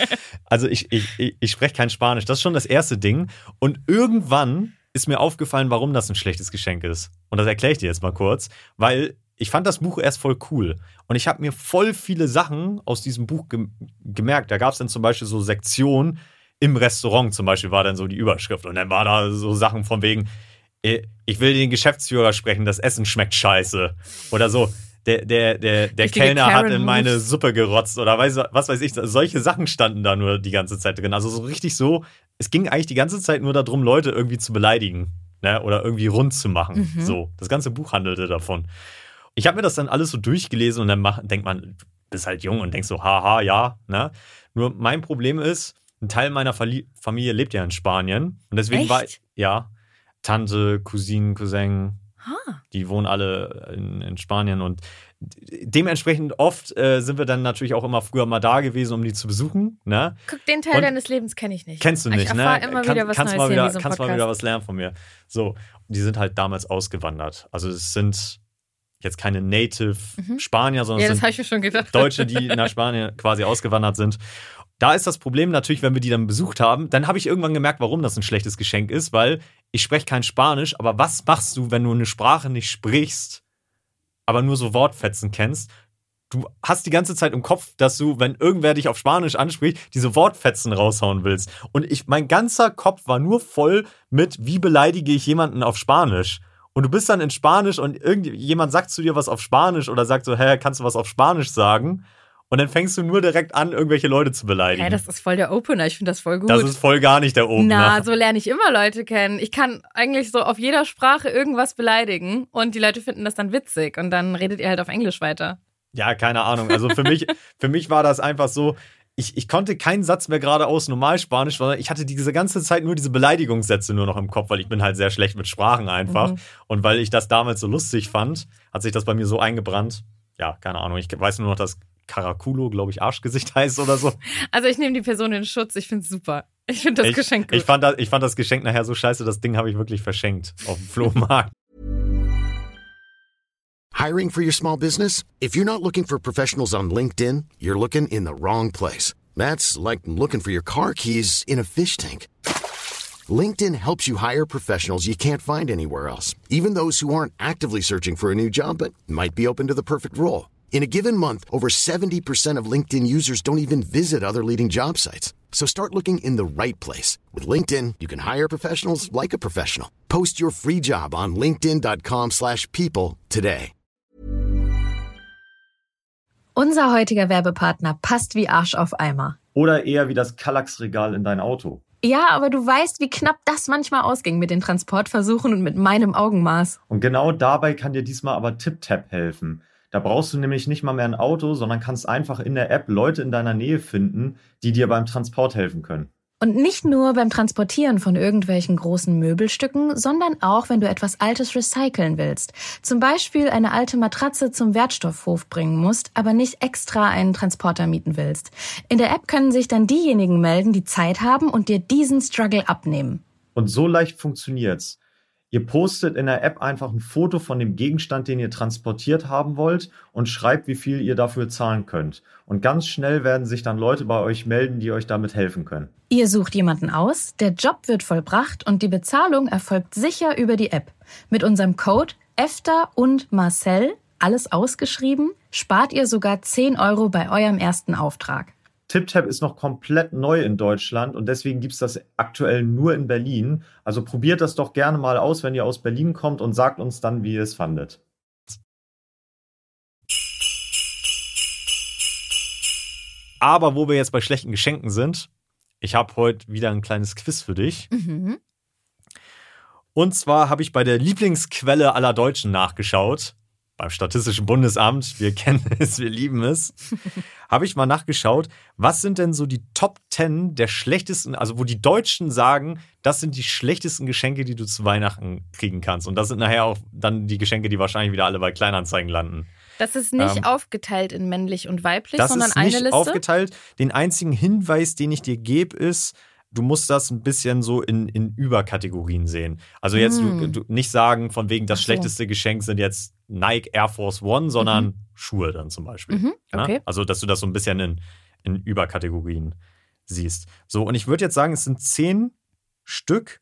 Also ich, ich, ich, ich spreche kein Spanisch. Das ist schon das erste Ding. Und irgendwann ist mir aufgefallen, warum das ein schlechtes Geschenk ist. Und das erkläre ich dir jetzt mal kurz. Weil ich fand das Buch erst voll cool. Und ich habe mir voll viele Sachen aus diesem Buch gem- gemerkt. Da gab es dann zum Beispiel so Sektionen im Restaurant, zum Beispiel war dann so die Überschrift. Und dann war da so Sachen von wegen, äh, ich will den Geschäftsführer sprechen, das Essen schmeckt scheiße. Oder so, der, der, der, der Richtige Kellner hat in Karen meine Moves. Suppe gerotzt. Oder weiß, was weiß ich, solche Sachen standen da nur die ganze Zeit drin. Also so richtig so, es ging eigentlich die ganze Zeit nur darum, Leute irgendwie zu beleidigen. Ne? Oder irgendwie rund zu machen. Mhm. So, das ganze Buch handelte davon. Ich habe mir das dann alles so durchgelesen und dann mach, denkt man, du bist halt jung und denkst so, haha, ja. Ne? Nur mein Problem ist, ein Teil meiner Verli- Familie lebt ja in Spanien. Und deswegen Echt? war ich, ja, Tante, Cousinen, Cousin, Ah. die wohnen alle in, in Spanien. Und dementsprechend oft äh, sind wir dann natürlich auch immer früher mal da gewesen, um die zu besuchen. Ne? Guck, den Teil Und- deines Lebens kenne ich nicht. Kennst du nicht, ich ne? erfahre immer Kann- wieder was kannst Neues mal hier wieder, in diesem Kannst Podcast. mal wieder was lernen von mir. So, und die sind halt damals ausgewandert. Also es sind jetzt keine Native Spanier, sondern Mhm. ja, es das sind habe ich mir schon gedacht. Deutsche, die nach Spanien quasi ausgewandert sind. Da ist das Problem natürlich, wenn wir die dann besucht haben, dann habe ich irgendwann gemerkt, warum das ein schlechtes Geschenk ist, weil ich spreche kein Spanisch, aber was machst du, wenn du eine Sprache nicht sprichst, aber nur so Wortfetzen kennst? du hast die ganze Zeit im Kopf, dass du, wenn irgendwer dich auf Spanisch anspricht, diese Wortfetzen raushauen willst. Und ich, mein ganzer Kopf war nur voll mit, wie beleidige ich jemanden auf Spanisch? Und du bist dann in Spanisch und irgendjemand sagt zu dir was auf Spanisch oder sagt so, hä, kannst du was auf Spanisch sagen? Und dann fängst du nur direkt an, irgendwelche Leute zu beleidigen. Hey, das ist voll der Opener. Ich finde das voll gut. Das ist voll gar nicht der Opener. Na, so lerne ich immer Leute kennen. Ich kann eigentlich so auf jeder Sprache irgendwas beleidigen und die Leute finden das dann witzig und dann redet ihr halt auf Englisch weiter. Ja, keine Ahnung. Also für mich, für mich war das einfach so, ich, ich konnte keinen Satz mehr geradeaus Normalspanisch, sondern ich hatte diese ganze Zeit nur diese Beleidigungssätze nur noch im Kopf, weil ich bin halt sehr schlecht mit Sprachen einfach. Mhm. Und weil ich das damals so lustig fand, hat sich das bei mir so eingebrannt. Ja, keine Ahnung. Ich weiß nur noch, dass Caraculo, glaube ich, Arschgesicht heißt oder so. Also ich nehme die Person in Schutz. Ich finde es super. Ich finde das ich, Geschenk gut. Ich fand, das, ich fand das Geschenk nachher so scheiße, das Ding habe ich wirklich verschenkt auf dem Flohmarkt. Hiring for your small business? If you're not looking for professionals on LinkedIn, you're looking in the wrong place. That's like looking for your car keys in a fish tank. LinkedIn helps you hire professionals you can't find anywhere else, even those who aren't actively searching for a new job but might be open to the perfect role. In a given month, over seventy percent of LinkedIn users don't even visit other leading job sites. So start looking in the right place. With LinkedIn, you can hire professionals like a professional. Post your free job on linkedin dot com slash people today. Unser heutiger Werbepartner passt wie Arsch auf Eimer. Oder eher wie das Kallax-Regal in dein Auto. Ja, aber du weißt, wie knapp das manchmal ausging mit den Transportversuchen und mit meinem Augenmaß. Und genau dabei kann dir diesmal aber TipTap helfen. Da brauchst du nämlich nicht mal mehr ein Auto, sondern kannst einfach in der App Leute in deiner Nähe finden, die dir beim Transport helfen können. Und nicht nur beim Transportieren von irgendwelchen großen Möbelstücken, sondern auch, wenn du etwas Altes recyceln willst. Zum Beispiel eine alte Matratze zum Wertstoffhof bringen musst, aber nicht extra einen Transporter mieten willst. In der App können sich dann diejenigen melden, die Zeit haben und dir diesen Struggle abnehmen. Und so leicht funktioniert's. Ihr postet in der App einfach ein Foto von dem Gegenstand, den ihr transportiert haben wollt und schreibt, wie viel ihr dafür zahlen könnt. Und ganz schnell werden sich dann Leute bei euch melden, die euch damit helfen können. Ihr sucht jemanden aus, der Job wird vollbracht und die Bezahlung erfolgt sicher über die App. Mit unserem Code EFTA und Marcel, alles ausgeschrieben, spart ihr sogar zehn Euro bei eurem ersten Auftrag. TipTap ist noch komplett neu in Deutschland und deswegen gibt es das aktuell nur in Berlin. Also probiert das doch gerne mal aus, wenn ihr aus Berlin kommt und sagt uns dann, wie ihr es fandet. Aber wo wir jetzt bei schlechten Geschenken sind, ich habe heute wieder ein kleines Quiz für dich. Mhm. Und zwar habe ich bei der Lieblingsquelle aller Deutschen nachgeschaut. Beim Statistischen Bundesamt, wir kennen es, wir lieben es, habe ich mal nachgeschaut, was sind denn so die Top zehn der schlechtesten, also wo die Deutschen sagen, das sind die schlechtesten Geschenke, die du zu Weihnachten kriegen kannst. Und das sind nachher auch dann die Geschenke, die wahrscheinlich wieder alle bei Kleinanzeigen landen. Das ist nicht ähm, aufgeteilt in männlich und weiblich, das sondern ist eine nicht Liste? Aufgeteilt. Den einzigen Hinweis, den ich dir gebe, ist, du musst das ein bisschen so in, in Überkategorien sehen. Also jetzt Mm. du, du nicht sagen, von wegen das Ach so. schlechteste Geschenk sind jetzt Nike Air Force One, sondern Mhm. Schuhe dann zum Beispiel. Mhm, Ja? okay. Also, dass du das so ein bisschen in, in Überkategorien siehst. So, und ich würde jetzt sagen, es sind zehn Stück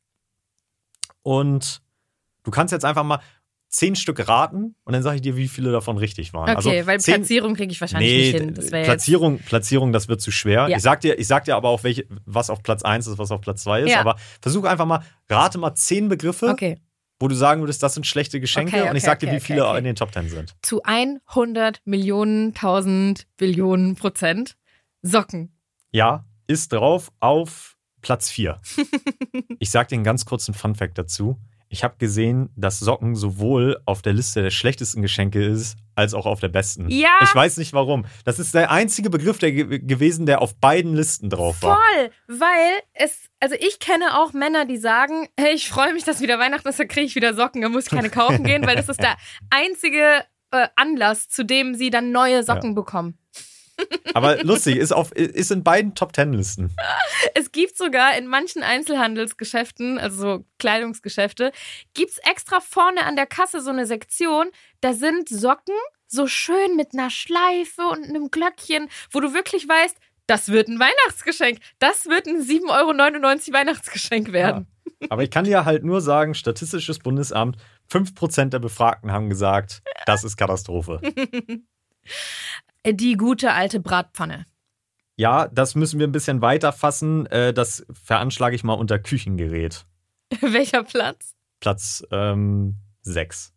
und du kannst jetzt einfach mal zehn Stück raten und dann sage ich dir, wie viele davon richtig waren. Okay, also weil zehn, Platzierung kriege ich wahrscheinlich nee, nicht hin. Das wäre jetzt Platzierung, Platzierung, das wird zu schwer. Ja. Ich sag dir, ich sag dir aber auch, welche, was auf Platz eins ist, was auf Platz zwei ist. Ja. Aber versuch einfach mal, rate mal zehn Begriffe, okay. wo du sagen würdest, das sind schlechte Geschenke. Okay, und ich okay, sag dir, okay, wie viele okay, okay. in den Top Ten sind. Zu hundert Millionen, tausend Billionen Prozent Socken. Ja, ist drauf auf Platz vier. Ich sag dir einen ganz kurzen Funfact dazu. Ich habe gesehen, dass Socken sowohl auf der Liste der schlechtesten Geschenke ist, als auch auf der besten. Ja. Ich weiß nicht warum. Das ist der einzige Begriff der ge- gewesen, der auf beiden Listen drauf war. Voll, weil es, also ich kenne auch Männer, die sagen, hey, ich freue mich, dass wieder Weihnachten ist, da kriege ich wieder Socken, da muss ich keine kaufen gehen, weil das ist der einzige äh, Anlass, zu dem sie dann neue Socken Ja. bekommen. Aber lustig, ist, auf, ist in beiden Top-Ten-Listen. Es gibt sogar in manchen Einzelhandelsgeschäften, also so Kleidungsgeschäfte, gibt's extra vorne an der Kasse so eine Sektion, da sind Socken so schön mit einer Schleife und einem Glöckchen, wo du wirklich weißt, das wird ein Weihnachtsgeschenk. Das wird ein sieben Euro neunundneunzig Weihnachtsgeschenk werden. Ja. Aber ich kann dir halt nur sagen, Statistisches Bundesamt, fünf Prozent der Befragten haben gesagt, das ist Katastrophe. Die gute alte Bratpfanne. Ja, das müssen wir ein bisschen weiter fassen. Äh, das veranschlage ich mal unter Küchengerät. Welcher Platz? Platz ähm, sechs.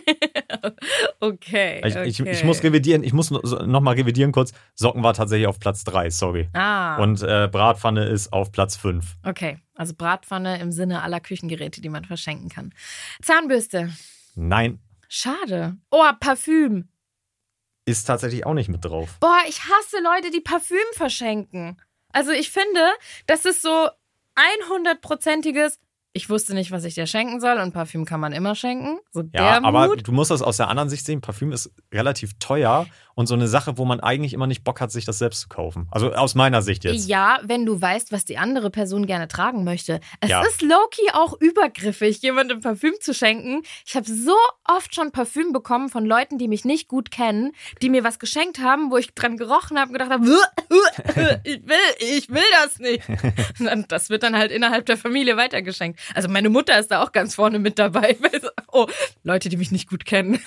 okay, Ich, okay. ich, ich muss revidieren, ich muss nochmal revidieren kurz. Socken war tatsächlich auf Platz drei, sorry. Ah. Und äh, Bratpfanne ist auf Platz fünf. Okay, also Bratpfanne im Sinne aller Küchengeräte, die man verschenken kann. Zahnbürste. Nein, Schade. Oh, Parfüm. ist tatsächlich auch nicht mit drauf. Boah, ich hasse Leute, die Parfüm verschenken. Also ich finde, das ist so hundertprozentiges, ich wusste nicht, was ich dir schenken soll und Parfüm kann man immer schenken. So Ja, der aber Mut. du musst das aus der anderen Sicht sehen. Parfüm ist relativ teuer und so eine Sache, wo man eigentlich immer nicht Bock hat, sich das selbst zu kaufen. Also aus meiner Sicht jetzt. Ja, wenn du weißt, was die andere Person gerne tragen möchte. Es Ja. ist low-key auch übergriffig, jemandem Parfüm zu schenken. Ich habe so oft schon Parfüm bekommen von Leuten, die mich nicht gut kennen, die mir was geschenkt haben, wo ich dran gerochen habe und gedacht habe, ich will, ich will das nicht. Und das wird dann halt innerhalb der Familie weitergeschenkt. Also meine Mutter ist da auch ganz vorne mit dabei. Oh, Leute, die mich nicht gut kennen.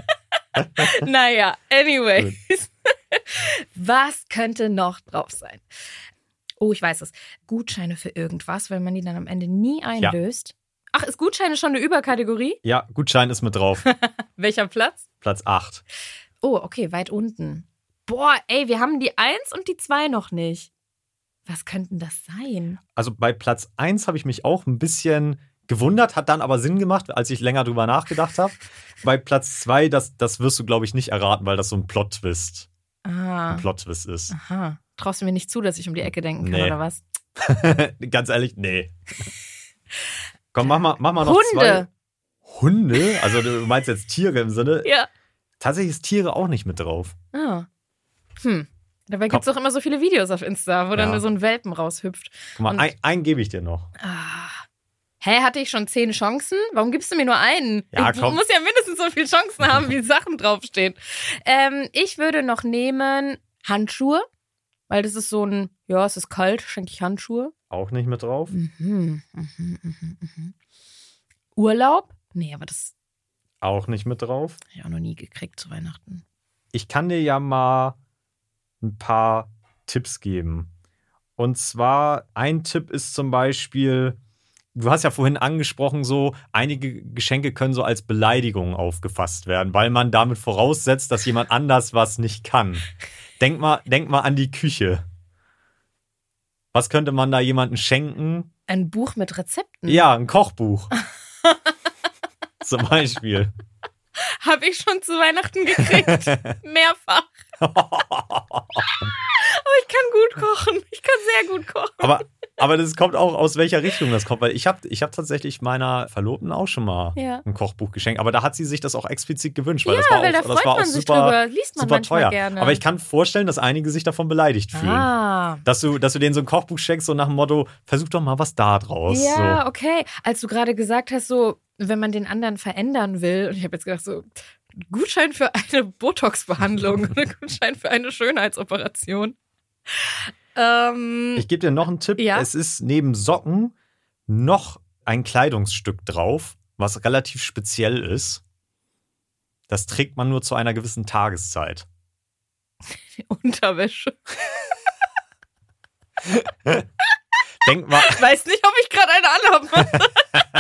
Naja, anyways. Was könnte noch drauf sein? Oh, ich weiß es. Gutscheine für irgendwas, weil man die dann am Ende nie einlöst. Ach, ist Gutscheine schon eine Überkategorie? Ja, Gutschein ist mit drauf. Welcher Platz? Platz acht. Oh, okay, weit unten. Boah, ey, wir haben die eins und die zwei noch nicht. Was könnten das sein? Also bei Platz eins habe ich mich auch ein bisschen gewundert, hat dann aber Sinn gemacht, als ich länger drüber nachgedacht habe. Bei Platz zwei, das, das wirst du, glaube ich, nicht erraten, weil das so ein Plot-Twist, Ah, ein Plot-Twist ist. aha. Traust du mir nicht zu, dass ich um die Ecke denken kann, Nee. oder was? Ganz ehrlich, nee. Komm, mach mal, mach mal noch Hunde. zwei. Hunde? Also du meinst jetzt Tiere im Sinne? Ja. Tatsächlich ist Tiere auch nicht mit drauf. Ah. Hm. Dabei Komm. gibt es doch immer so viele Videos auf Insta, wo dann Ja. so ein Welpen raushüpft. Guck mal, Und- ein, einen gebe ich dir noch. Ah. Hä, hatte ich schon zehn Chancen? Warum gibst du mir nur einen? Ja, ich komm. muss ja mindestens so viele Chancen haben, wie Sachen draufstehen. Ähm, ich würde noch nehmen Handschuhe, weil das ist so ein, ja, es ist kalt, schenke ich Handschuhe. Auch nicht mit drauf. Mhm, mhm, mhm, mhm. Urlaub? Nee, aber das Auch nicht mit drauf. habe ich auch noch nie gekriegt zu Weihnachten. Ich kann dir ja mal ein paar Tipps geben. Und zwar, ein Tipp ist zum Beispiel, du hast ja vorhin angesprochen, so einige Geschenke können so als Beleidigung aufgefasst werden, weil man damit voraussetzt, dass jemand anders was nicht kann. Denk mal, denk mal an die Küche. Was könnte man da jemandem schenken? Ein Buch mit Rezepten? Ja, ein Kochbuch. Zum Beispiel. Habe ich schon zu Weihnachten gekriegt. Mehrfach. Aber ich kann gut kochen. Ich kann sehr gut kochen. Aber, aber das kommt auch, aus welcher Richtung das kommt. Weil ich habe ich hab tatsächlich meiner Verlobten auch schon mal Ja. ein Kochbuch geschenkt. Aber da hat sie sich das auch explizit gewünscht. Weil Ja, das war weil auch, da das freut war man auch sich super, drüber. Liest man super manchmal teuer. gerne. Aber ich kann vorstellen, dass einige sich davon beleidigt fühlen. Ah. Dass du, dass du denen so ein Kochbuch schenkst, so nach dem Motto, versuch doch mal was da draus. Ja, So. okay. Als du gerade gesagt hast, so, wenn man den anderen verändern will, und ich habe jetzt gedacht, so, Gutschein für eine Botox-Behandlung oder Gutschein für eine Schönheitsoperation. Ähm, Ich gebe dir noch einen Tipp. Ja? Es ist neben Socken noch ein Kleidungsstück drauf, was relativ speziell ist. Das trägt man nur zu einer gewissen Tageszeit. Unterwäsche. Denk mal, Weiß nicht, ob ich gerade eine anhabe.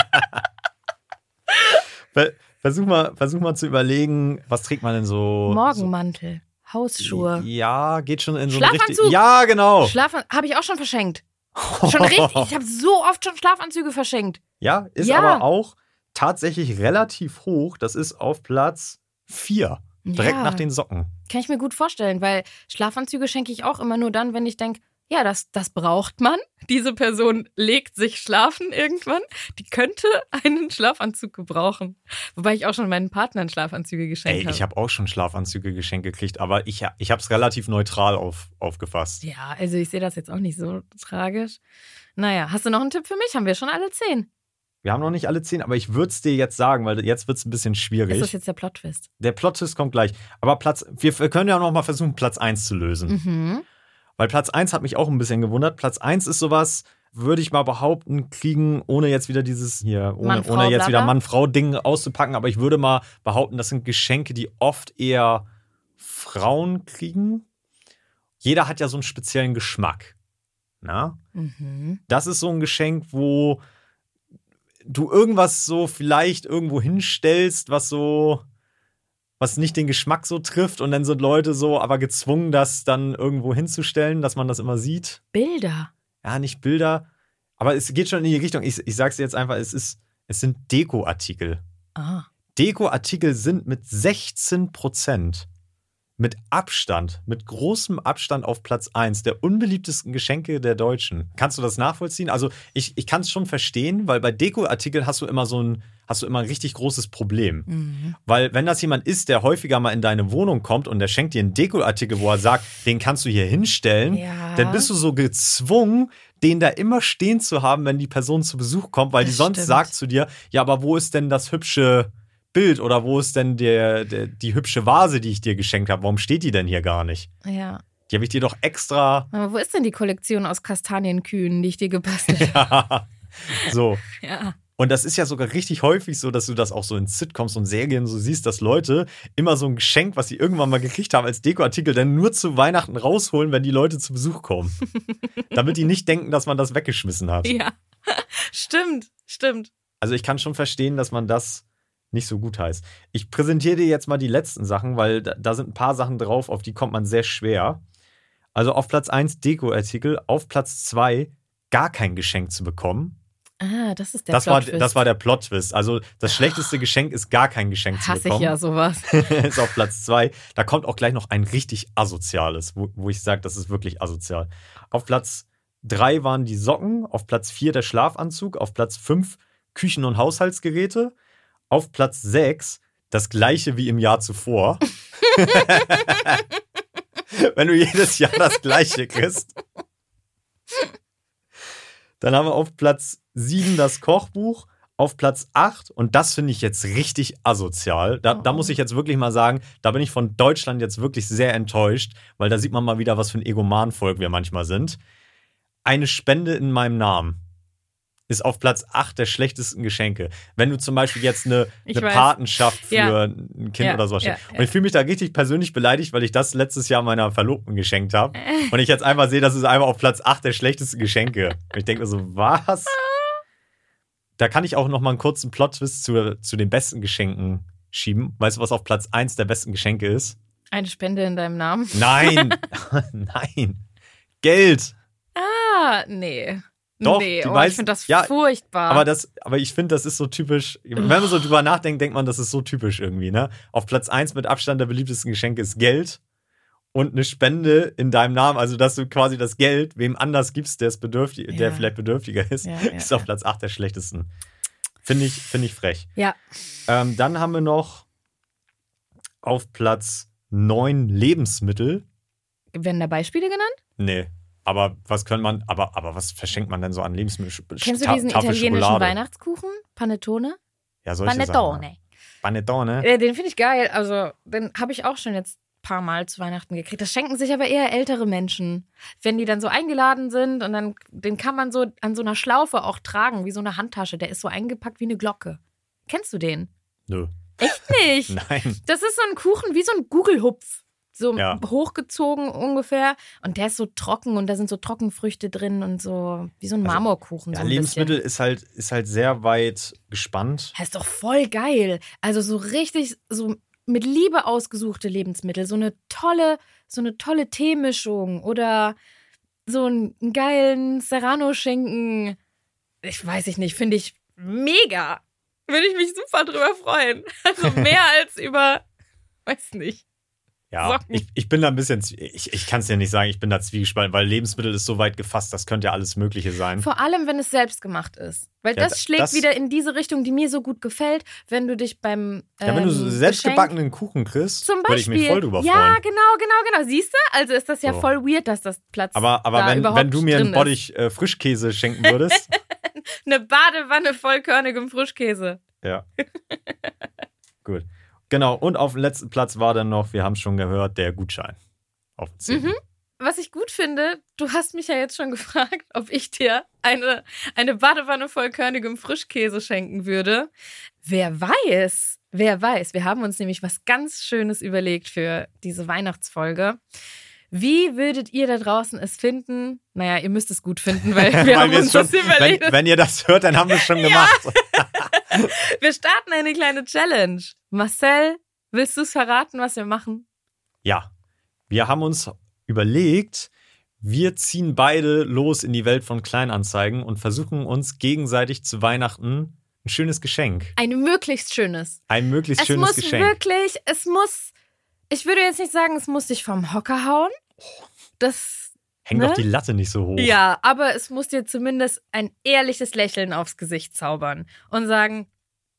ver- versuch mal, versuch mal zu überlegen, was trägt man denn so? Morgenmantel, Hausschuhe. Ja, geht schon in so eine Schlafanzug. Richtung. Ja, genau. Schlafan habe ich auch schon verschenkt. Schon richtig. Ich habe so oft schon Schlafanzüge verschenkt. Ja, ist Ja. aber auch tatsächlich relativ hoch. Das ist auf Platz vier. Direkt Ja. nach den Socken. Kann ich mir gut vorstellen, weil Schlafanzüge schenke ich auch immer nur dann, wenn ich denke, ja, das, das braucht man. Diese Person legt sich schlafen irgendwann. Die könnte einen Schlafanzug gebrauchen. Wobei ich auch schon meinen Partnern Schlafanzüge geschenkt Ey, habe. ich habe auch schon Schlafanzüge geschenkt gekriegt, aber ich, ich habe es relativ neutral auf, aufgefasst. Ja, also ich sehe das jetzt auch nicht so tragisch. Naja, hast du noch einen Tipp für mich? Haben wir schon alle zehn? Wir haben noch nicht alle zehn, aber ich würde es dir jetzt sagen, weil jetzt wird es ein bisschen schwierig. Ist das jetzt der Plot-Twist? Der Plot-Twist kommt gleich. Aber Platz, wir, wir können ja noch mal versuchen, Platz eins zu lösen. Mhm. Weil Platz eins hat mich auch ein bisschen gewundert. Platz eins ist sowas, würde ich mal behaupten, kriegen, ohne jetzt wieder dieses hier, ohne, Mann, Frau, ohne jetzt bla, wieder bla. Mann-Frau-Ding auszupacken, aber ich würde mal behaupten, das sind Geschenke, die oft eher Frauen kriegen. Jeder hat ja so einen speziellen Geschmack. Na? Mhm. Das ist so ein Geschenk, wo du irgendwas so vielleicht irgendwo hinstellst, was so, was nicht den Geschmack so trifft und dann sind Leute so aber gezwungen, das dann irgendwo hinzustellen, dass man das immer sieht. Bilder. Ja, nicht Bilder, aber es geht schon in die Richtung. Ich, ich sag's dir jetzt einfach, es ist, es sind Dekoartikel. Ah. Dekoartikel sind mit sechzehn Prozent mit Abstand, mit großem Abstand auf Platz eins der unbeliebtesten Geschenke der Deutschen. Kannst du das nachvollziehen? Also ich, ich kann es schon verstehen, weil bei Dekoartikeln hast du immer so ein, hast du immer ein richtig großes Problem. Mhm. Weil wenn das jemand ist, der häufiger mal in deine Wohnung kommt und der schenkt dir einen Dekoartikel, wo er sagt, den kannst du hier hinstellen, Ja. dann bist du so gezwungen, den da immer stehen zu haben, wenn die Person zu Besuch kommt, weil Das die sonst stimmt. sagt zu dir, ja, aber wo ist denn das hübsche Bild oder wo ist denn der, der, die hübsche Vase, die ich dir geschenkt habe? Warum steht die denn hier gar nicht? Ja. Die habe ich dir doch extra. Aber wo ist denn die Kollektion aus Kastanienkühen, die ich dir gebastelt habe? So. Ja. Und das ist ja sogar richtig häufig so, dass du das auch so in Sitcoms und Serien so siehst, dass Leute immer so ein Geschenk, was sie irgendwann mal gekriegt haben als Dekoartikel, dann nur zu Weihnachten rausholen, wenn die Leute zu Besuch kommen. Damit die nicht denken, dass man das weggeschmissen hat. Ja. Stimmt, stimmt. Also ich kann schon verstehen, dass man das nicht so gut heißt. Ich präsentiere dir jetzt mal die letzten Sachen, weil da, da sind ein paar Sachen drauf, auf die kommt man sehr schwer. Also auf Platz eins Dekoartikel, auf Platz zwei gar kein Geschenk zu bekommen. Ah, das ist der Das war, Plot-Twist. das war der Plot-Twist. Also das schlechteste Geschenk ist gar kein Geschenk zu Hasse ich bekommen. ja sowas. Ist auf Platz zwei. Da kommt auch gleich noch ein richtig asoziales, wo, wo ich sage, das ist wirklich asozial. Auf Platz drei waren die Socken, auf Platz vier der Schlafanzug, auf Platz fünf Küchen- und Haushaltsgeräte, auf Platz sechs das gleiche wie im Jahr zuvor. Wenn du jedes Jahr das gleiche kriegst. Dann haben wir auf Platz sieben das Kochbuch, auf Platz acht, und das finde ich jetzt richtig asozial. Da, da muss ich jetzt wirklich mal sagen, da bin ich von Deutschland jetzt wirklich sehr enttäuscht, weil da sieht man mal wieder, was für ein Egoman-Volk wir manchmal sind. Eine Spende in meinem Namen ist auf Platz acht der schlechtesten Geschenke. Wenn du zum Beispiel jetzt eine, Ich eine weiß. Patenschaft für Ja. ein Kind Ja, oder sowas ja, schenkst. ja. Und ich fühle mich da richtig persönlich beleidigt, weil ich das letztes Jahr meiner Verlobten geschenkt habe. Und ich jetzt einfach sehe, das ist einfach auf Platz acht der schlechtesten Geschenke. Und ich denke mir so, was? Da kann ich auch noch mal einen kurzen Plot-Twist zu, zu den besten Geschenken schieben. Weißt du, was auf Platz eins der besten Geschenke ist? Eine Spende in deinem Namen. Nein! Nein! Geld! Ah, nee. Doch, nee, die oh, meisten- ich finde das ja, furchtbar. Aber, das, aber ich finde, das ist so typisch. Wenn man so drüber nachdenkt, denkt man, das ist so typisch irgendwie. Ne? Auf Platz eins mit Abstand der beliebtesten Geschenke ist Geld und eine Spende in deinem Namen. Also, dass du quasi das Geld wem anders gibst, der, es bedürftig, Ja. der vielleicht bedürftiger ist, Ja, ja, ist auf ja. Platz acht der schlechtesten. Finde ich, finde ich frech. Ja. Ähm, dann haben wir noch auf Platz neun Lebensmittel. Werden da Beispiele genannt? Nee. Aber was kann man, aber, aber was verschenkt man denn so an Lebensmittel? Kennst du Ta- diesen Tafel italienischen Schokolade. Weihnachtskuchen? Panettone? Ja, solche Panettone. Sachen. Panettone. Äh, den finde ich geil. Also, den habe ich auch schon jetzt ein paar Mal zu Weihnachten gekriegt. Das schenken sich aber eher ältere Menschen. Wenn die dann so eingeladen sind und dann, den kann man so an so einer Schlaufe auch tragen, wie so eine Handtasche. Der ist so eingepackt wie eine Glocke. Kennst du den? Nö. Echt nicht? Nein. Das ist so ein Kuchen wie so ein Gugelhupf. So Ja. hochgezogen ungefähr. Und der ist so trocken und da sind so Trockenfrüchte drin und so wie so ein Also, Marmorkuchen. Ja, so ein Lebensmittel bisschen. ist halt, ist halt sehr weit gespannt. Das ist doch voll geil. Also so richtig, so mit Liebe ausgesuchte Lebensmittel. So eine tolle, so eine tolle Teemischung oder so einen geilen Serrano-Schinken. Ich weiß ich nicht, finde ich mega. Würde ich mich super drüber freuen. Also mehr als über, weiß nicht. Ja, Socken. ich, ich bin da ein bisschen, zwie- ich, ich kann es dir nicht sagen, ich bin da zwiegespalten, weil Lebensmittel ist so weit gefasst, das könnte ja alles Mögliche sein. Vor allem, wenn es selbst gemacht ist. Weil Ja, das da- schlägt das- wieder in diese Richtung, die mir so gut gefällt, wenn du dich beim ähm, Ja, wenn du so Geschenk- selbstgebackenen Kuchen kriegst, Zum würde ich Beispiel. mich voll drüber ja, freuen. genau, genau, genau. Siehst du? Also ist das ja So. voll weird, dass das Platz Aber, aber da wenn, überhaupt wenn du mir einen drin ist. Bottich äh, Frischkäse schenken würdest, Eine Badewanne voll körnigem Frischkäse. ja. Gut. Genau, und auf dem letzten Platz war dann noch, wir haben es schon gehört, der Gutschein. Auf den zehnten. Mhm. Was ich gut finde, du hast mich ja jetzt schon gefragt, ob ich dir eine, eine Badewanne voll körnigem Frischkäse schenken würde. Wer weiß? wer weiß, wir haben uns nämlich was ganz Schönes überlegt für diese Weihnachtsfolge. Wie würdet ihr da draußen es finden? Naja, ihr müsst es gut finden, weil wir weil haben uns schon, das überlegt. Wenn, wenn ihr das hört, dann haben wir es schon gemacht. Wir starten eine kleine Challenge. Marcel, willst du es verraten, was wir machen? Ja, wir haben uns überlegt, wir ziehen beide los in die Welt von Kleinanzeigen und versuchen uns gegenseitig zu Weihnachten ein schönes Geschenk. Ein möglichst schönes. Ein möglichst es schönes muss Geschenk. Wirklich, es muss, ich würde jetzt nicht sagen, es muss dich vom Hocker hauen. Das, Hängt ne? doch die Latte nicht so hoch. Ja, aber es muss dir zumindest ein ehrliches Lächeln aufs Gesicht zaubern und sagen,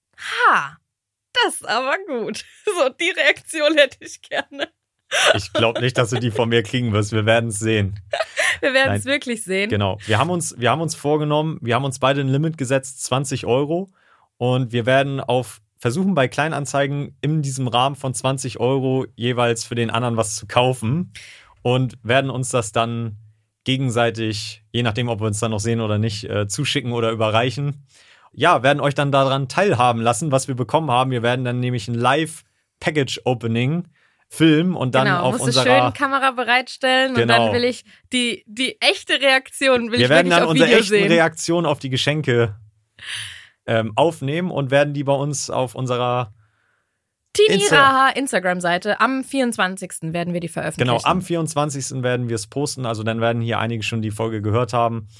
ha, das ist aber gut. So, die Reaktion hätte ich gerne. Ich glaube nicht, dass du die von mir kriegen wirst. Wir werden es sehen. Wir werden es wirklich sehen. Genau. Wir haben uns, wir haben uns vorgenommen, wir haben uns beide ein Limit gesetzt, zwanzig Euro. Und wir werden auf versuchen, bei Kleinanzeigen in diesem Rahmen von zwanzig Euro jeweils für den anderen was zu kaufen. Und werden uns das dann gegenseitig, je nachdem, ob wir uns dann noch sehen oder nicht, äh, zuschicken oder überreichen. Ja, werden euch dann daran teilhaben lassen, was wir bekommen haben. Wir werden dann nämlich ein Live-Package-Opening filmen und dann genau, auf musst unserer... du schön Kamera bereitstellen genau. Und dann will ich die, die echte Reaktion will wir ich werden wirklich dann auf unsere Video echten sehen. Reaktionen auf die Geschenke ähm, aufnehmen und werden die bei uns auf unserer Tini Insta- Raha Instagram-Seite am vierundzwanzigsten werden wir die veröffentlichen. Genau, am vierundzwanzigsten werden wir es posten, also dann werden hier einige schon die Folge gehört haben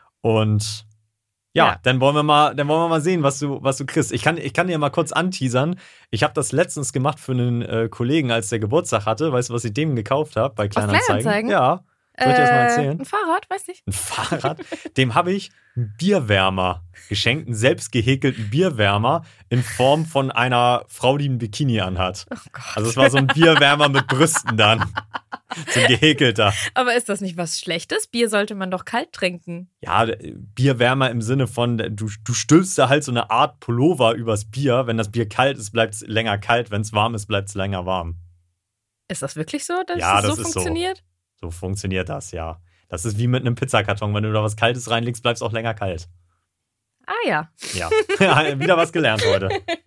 und ja, Ja. dann wollen wir mal, dann wollen wir mal sehen, was du, was du kriegst. Ich kann, ich kann dir mal kurz anteasern. Ich habe das letztens gemacht für einen äh, Kollegen, als der Geburtstag hatte. Weißt du, was ich dem gekauft habe bei Kleinanzeigen? Kleinanzeigen? Ja. Soll ich dir das mal Äh, erzählen? Ein Fahrrad, weiß nicht. Ein Fahrrad. Dem habe ich einen Bierwärmer geschenkt, einen selbst gehäkelten Bierwärmer in Form von einer Frau, die ein Bikini anhat. Oh Gott. Also es war so ein Bierwärmer mit Brüsten dann. So ein gehäkelter. Aber ist das nicht was Schlechtes? Bier sollte man doch kalt trinken. Ja, Bierwärmer im Sinne von, du, du stülpst da halt so eine Art Pullover übers Bier. Wenn das Bier kalt ist, bleibt es länger kalt. Wenn es warm ist, bleibt es länger warm. Ist das wirklich so, dass Ja, das, das so ist so. funktioniert? So funktioniert das, ja. Das ist wie mit einem Pizzakarton. Wenn du da was Kaltes reinlegst, bleibt es auch länger kalt. Ah ja. Ja, wieder was gelernt heute.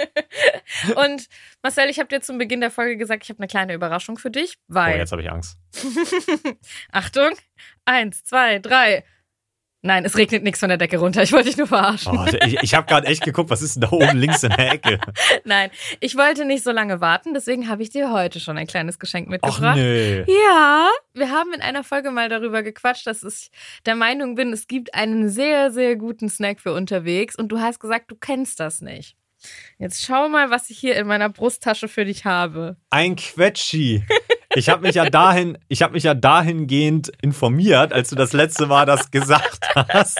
Und Marcel, ich habe dir zum Beginn der Folge gesagt, ich habe eine kleine Überraschung für dich, Oh, weil... jetzt habe ich Angst. Achtung, eins, zwei, drei. Nein, es regnet nichts von der Decke runter. Ich wollte dich nur verarschen. Oh, ich ich habe gerade echt geguckt, was ist denn da oben links in der Ecke? Nein, ich wollte nicht so lange warten, deswegen habe ich dir heute schon ein kleines Geschenk Ach mitgebracht. nö. Ja, wir haben in einer Folge mal darüber gequatscht, dass ich der Meinung bin, es gibt einen sehr, sehr guten Snack für unterwegs und du hast gesagt, du kennst das nicht. Jetzt schau mal, was ich hier in meiner Brusttasche für dich habe. Ein Quetschi. Ich habe mich ja dahin, ich habe mich ja dahingehend informiert, als du das letzte Mal das gesagt hast.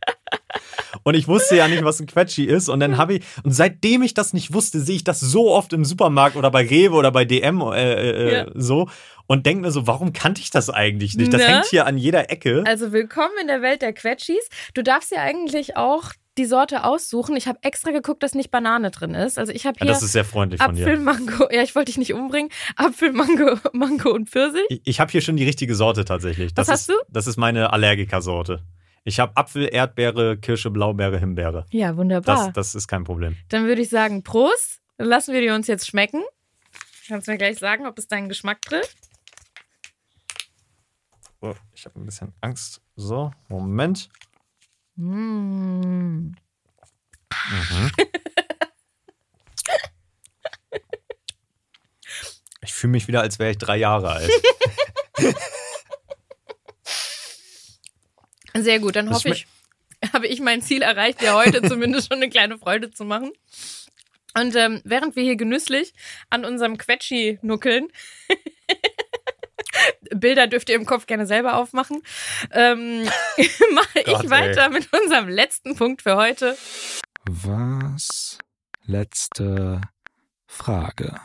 Und ich wusste ja nicht, was ein Quetschi ist. Und dann habe ich, und seitdem ich das nicht wusste, sehe ich das so oft im Supermarkt oder bei Rewe oder bei D M äh, äh, Ja. so und denke mir so, warum kannte ich das eigentlich nicht? Das Ne? hängt hier an jeder Ecke. Also willkommen in der Welt der Quetschis. Du darfst ja eigentlich auch die Sorte aussuchen. Ich habe extra geguckt, dass nicht Banane drin ist. Also ich habe Ja, hier das ist sehr freundlich von Apfel, dir. Mango. Ja, ich wollte dich nicht umbringen. Apfel, Mango, Mango und Pfirsich. Ich, ich habe hier schon die richtige Sorte tatsächlich. Das Was hast ist, du? Das ist meine Allergiker-Sorte. Ich habe Apfel, Erdbeere, Kirsche, Blaubeere, Himbeere. Ja, wunderbar. Das, das ist kein Problem. Dann würde ich sagen, Prost. Dann lassen wir die uns jetzt schmecken. Kannst du mir gleich sagen, ob es deinen Geschmack trifft? Oh, ich habe ein bisschen Angst. So, Moment. Mm. Mhm. Ich fühle mich wieder, als wäre ich drei Jahre alt. Sehr gut, dann Das hoffe ich, habe ich mein Ziel erreicht, dir heute zumindest schon eine kleine Freude zu machen. Und ähm, während wir hier genüsslich an unserem Quetschi nuckeln, Bilder dürft ihr im Kopf gerne selber aufmachen, ähm, mache Gott, ich weiter ey. mit unserem letzten Punkt für heute. Was? Letzte Frage.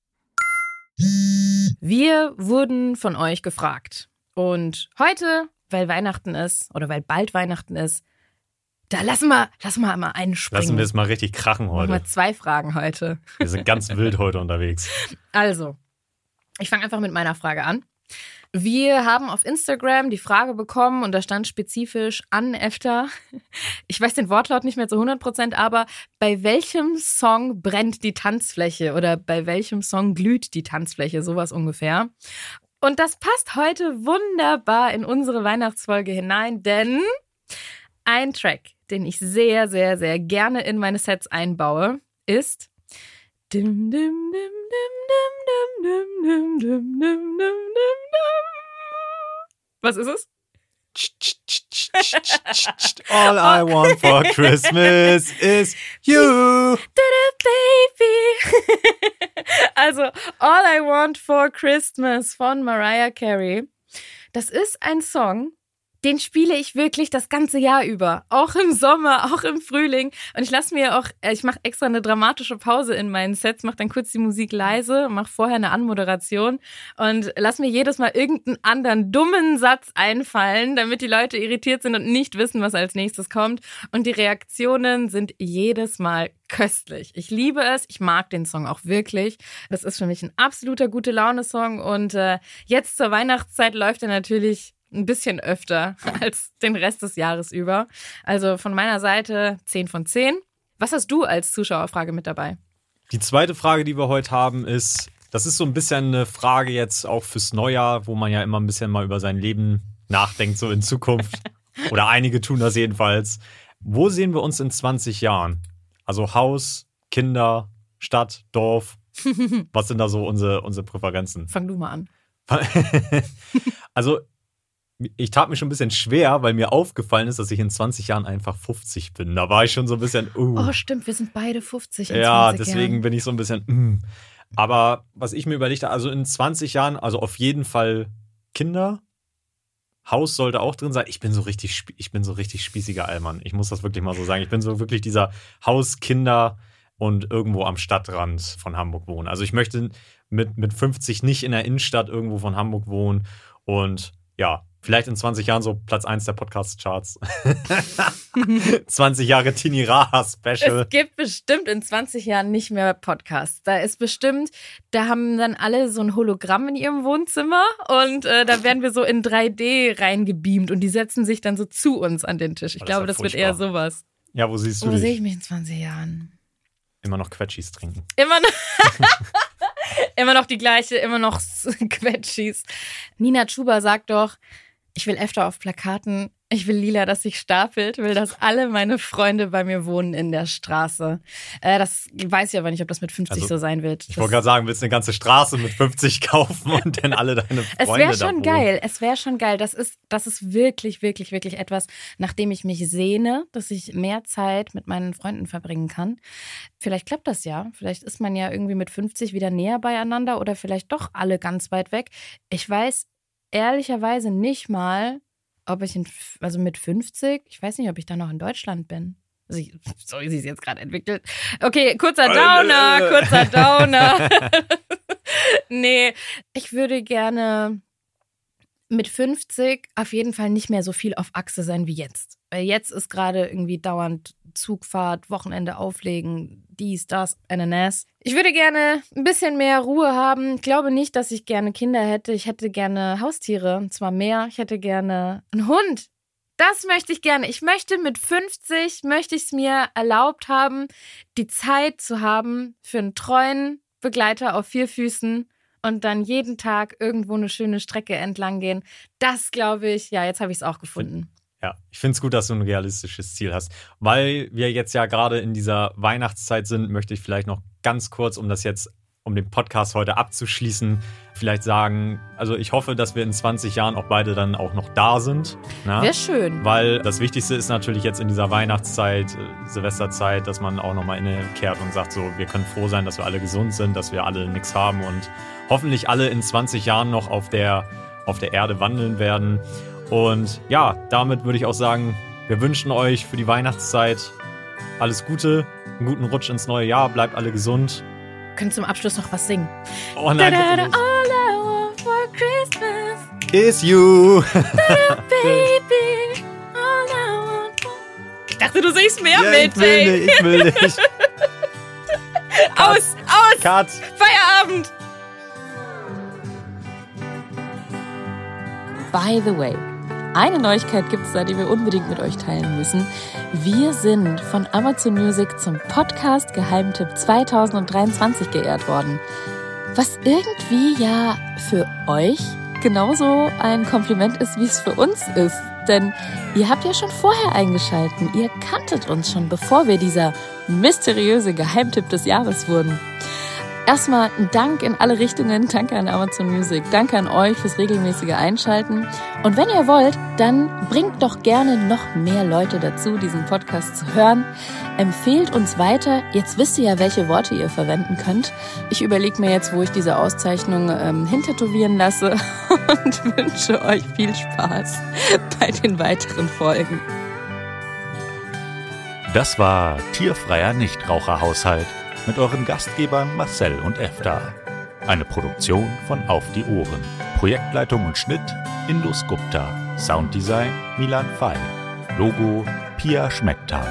Wir wurden von euch gefragt. Und heute, weil Weihnachten ist, oder weil bald Weihnachten ist, da lassen wir, lassen wir mal einen springen. Lassen wir es mal richtig krachen Machen heute. wir zwei Fragen heute. Wir sind ganz wild heute unterwegs. Also, ich fange einfach mit meiner Frage an. Wir haben auf Instagram die Frage bekommen und da stand spezifisch an Efta, ich weiß den Wortlaut nicht mehr zu hundert Prozent, aber bei welchem Song brennt die Tanzfläche oder bei welchem Song glüht die Tanzfläche, sowas ungefähr. Und das passt heute wunderbar in unsere Weihnachtsfolge hinein, denn ein Track, den ich sehr, sehr, sehr gerne in meine Sets einbaue, ist dim, dim, dim, dim, dim, dim, dim, dim, dim, dim, dim. Was ist es? All I want for Christmas is you. Baby. Also All I Want for Christmas von Mariah Carey. Das ist ein Song, den spiele ich wirklich das ganze Jahr über. Auch im Sommer, auch im Frühling. Und ich lasse mir auch, ich mache extra eine dramatische Pause in meinen Sets, mache dann kurz die Musik leise, mache vorher eine Anmoderation und lass mir jedes Mal irgendeinen anderen dummen Satz einfallen, damit die Leute irritiert sind und nicht wissen, was als nächstes kommt. Und die Reaktionen sind jedes Mal köstlich. Ich liebe es, ich mag den Song auch wirklich. Das ist für mich ein absoluter Gute-Laune-Song und äh, jetzt zur Weihnachtszeit läuft er natürlich ein bisschen öfter als den Rest des Jahres über. Also von meiner Seite zehn von zehn. Was hast du als Zuschauerfrage mit dabei? Die zweite Frage, die wir heute haben, ist, das ist so ein bisschen eine Frage jetzt auch fürs Neujahr, wo man ja immer ein bisschen mal über sein Leben nachdenkt, so in Zukunft. Oder einige tun das jedenfalls. Wo sehen wir uns in zwanzig Jahren? Also Haus, Kinder, Stadt, Dorf. Was sind da so unsere, unsere Präferenzen? Fang du mal an. Also ich tat mir schon ein bisschen schwer, weil mir aufgefallen ist, dass ich in zwanzig Jahren einfach fünfzig bin. Da war ich schon so ein bisschen, uh. Oh, stimmt, wir sind beide fünfzig in ja, zwanzig deswegen Jahren. bin ich so ein bisschen, mm. Aber was ich mir überlegt habe, also in zwanzig Jahren, also auf jeden Fall Kinder, Haus sollte auch drin sein. Ich bin so richtig, ich bin so richtig spießiger Allmann. Ich muss das wirklich mal so sagen. Ich bin so wirklich dieser Haus, Kinder und irgendwo am Stadtrand von Hamburg wohnen. Also ich möchte mit, mit fünfzig nicht in der Innenstadt irgendwo von Hamburg wohnen und ja, vielleicht in zwanzig Jahren so Platz eins der Podcast-Charts. zwanzig Jahre Tini Raha Special. Es gibt bestimmt in zwanzig Jahren nicht mehr Podcasts. Da ist bestimmt, da haben dann alle so ein Hologramm in ihrem Wohnzimmer und äh, da werden wir so in drei D reingebeamt und die setzen sich dann so zu uns an den Tisch. Ich oh, das glaube, das wird eher sowas. Ja, wo siehst du Wo dich? sehe ich mich in zwanzig Jahren? Immer noch Quetschis trinken. Immer noch, immer noch die gleiche, immer noch Quetschis. Nina Chuba sagt doch, ich will öfter auf Plakaten, ich will lila, das sich stapelt, will, dass alle meine Freunde bei mir wohnen in der Straße. Äh, das weiß ich aber nicht, ob das mit fünfzig also, so sein wird. Ich wollte gerade sagen, willst du eine ganze Straße mit fünfzig kaufen und dann alle deine Freunde Es wäre schon da geil, es wäre schon geil. Das ist, das ist wirklich, wirklich, wirklich etwas, nach dem ich mich sehne, dass ich mehr Zeit mit meinen Freunden verbringen kann. Vielleicht klappt das ja. Vielleicht ist man ja irgendwie mit fünfzig wieder näher beieinander oder vielleicht doch alle ganz weit weg. Ich weiß ehrlicherweise nicht mal, ob ich in, also mit fünfzig, ich weiß nicht, ob ich da noch in Deutschland bin. Also ich, so wie sie es jetzt gerade entwickelt. Okay, kurzer Downer, kurzer Downer. Nee, ich würde gerne mit fünfzig auf jeden Fall nicht mehr so viel auf Achse sein wie jetzt. Weil jetzt ist gerade irgendwie dauernd Zugfahrt, Wochenende auflegen, dies, das, Ananas. Ich würde gerne ein bisschen mehr Ruhe haben. Ich glaube nicht, dass ich gerne Kinder hätte. Ich hätte gerne Haustiere, und zwar mehr. Ich hätte gerne einen Hund. Das möchte ich gerne. Ich möchte mit fünfzig, möchte ich es mir erlaubt haben, die Zeit zu haben für einen treuen Begleiter auf vier Füßen und dann jeden Tag irgendwo eine schöne Strecke entlang gehen. Das glaube ich, ja, jetzt habe ich es auch gefunden. Ja, ich finde es gut, dass du ein realistisches Ziel hast. Weil wir jetzt ja gerade in dieser Weihnachtszeit sind, möchte ich vielleicht noch ganz kurz, um das jetzt, um den Podcast heute abzuschließen, vielleicht sagen, also ich hoffe, dass wir in zwanzig Jahren auch beide dann auch noch da sind. Wäre schön. Weil das Wichtigste ist natürlich jetzt in dieser Weihnachtszeit, Silvesterzeit, dass man auch nochmal innekehrt und sagt so, wir können froh sein, dass wir alle gesund sind, dass wir alle nichts haben und hoffentlich alle in zwanzig Jahren noch auf der, auf der Erde wandeln werden. Und ja, damit würde ich auch sagen, wir wünschen euch für die Weihnachtszeit alles Gute, einen guten Rutsch ins neue Jahr, bleibt alle gesund. Können zum Abschluss noch was singen. Oh nein, da, da, all I want for Christmas is you. Da, baby, all I want for... Ich dachte, du singst mehr ja, mit, ich will ey. nicht, ich will nicht. Aus, aus. Cut. Feierabend. by the way, eine Neuigkeit gibt es da, die wir unbedingt mit euch teilen müssen. Wir sind von Amazon Music zum Podcast Geheimtipp zwanzig dreiundzwanzig geehrt worden. Was irgendwie ja für euch genauso ein Kompliment ist, wie es für uns ist. Denn ihr habt ja schon vorher eingeschalten. Ihr kanntet uns schon, bevor wir dieser mysteriöse Geheimtipp des Jahres wurden. Erstmal ein Dank in alle Richtungen. Danke an Amazon Music. Danke an euch fürs regelmäßige Einschalten. Und wenn ihr wollt, dann bringt doch gerne noch mehr Leute dazu, diesen Podcast zu hören. Empfehlt uns weiter. Jetzt wisst ihr ja, welche Worte ihr verwenden könnt. Ich überlege mir jetzt, wo ich diese Auszeichnung ähm, hintätowieren lasse und wünsche euch viel Spaß bei den weiteren Folgen. Das war Tierfreier Nichtraucherhaushalt mit euren Gastgebern Marcel und Efta. Eine Produktion von Auf die Ohren. Projektleitung und Schnitt Indus Gupta. Sounddesign Milan Fall. Logo Pia Schmecktal.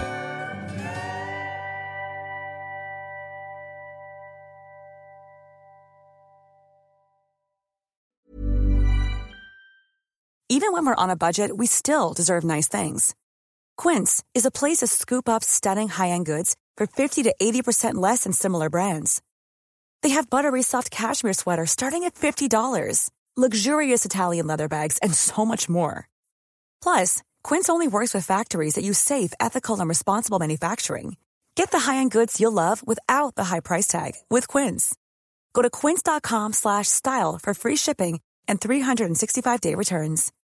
Even when we're on a budget, we still deserve nice things. Quince is a place to scoop up stunning high-end goods for fifty to eighty percent less than similar brands. They have buttery soft cashmere sweaters starting at fifty dollars, luxurious Italian leather bags, and so much more. Plus, Quince only works with factories that use safe, ethical, and responsible manufacturing. Get the high-end goods you'll love without the high price tag with Quince. Go to quince.com slash style for free shipping and three sixty-five day returns.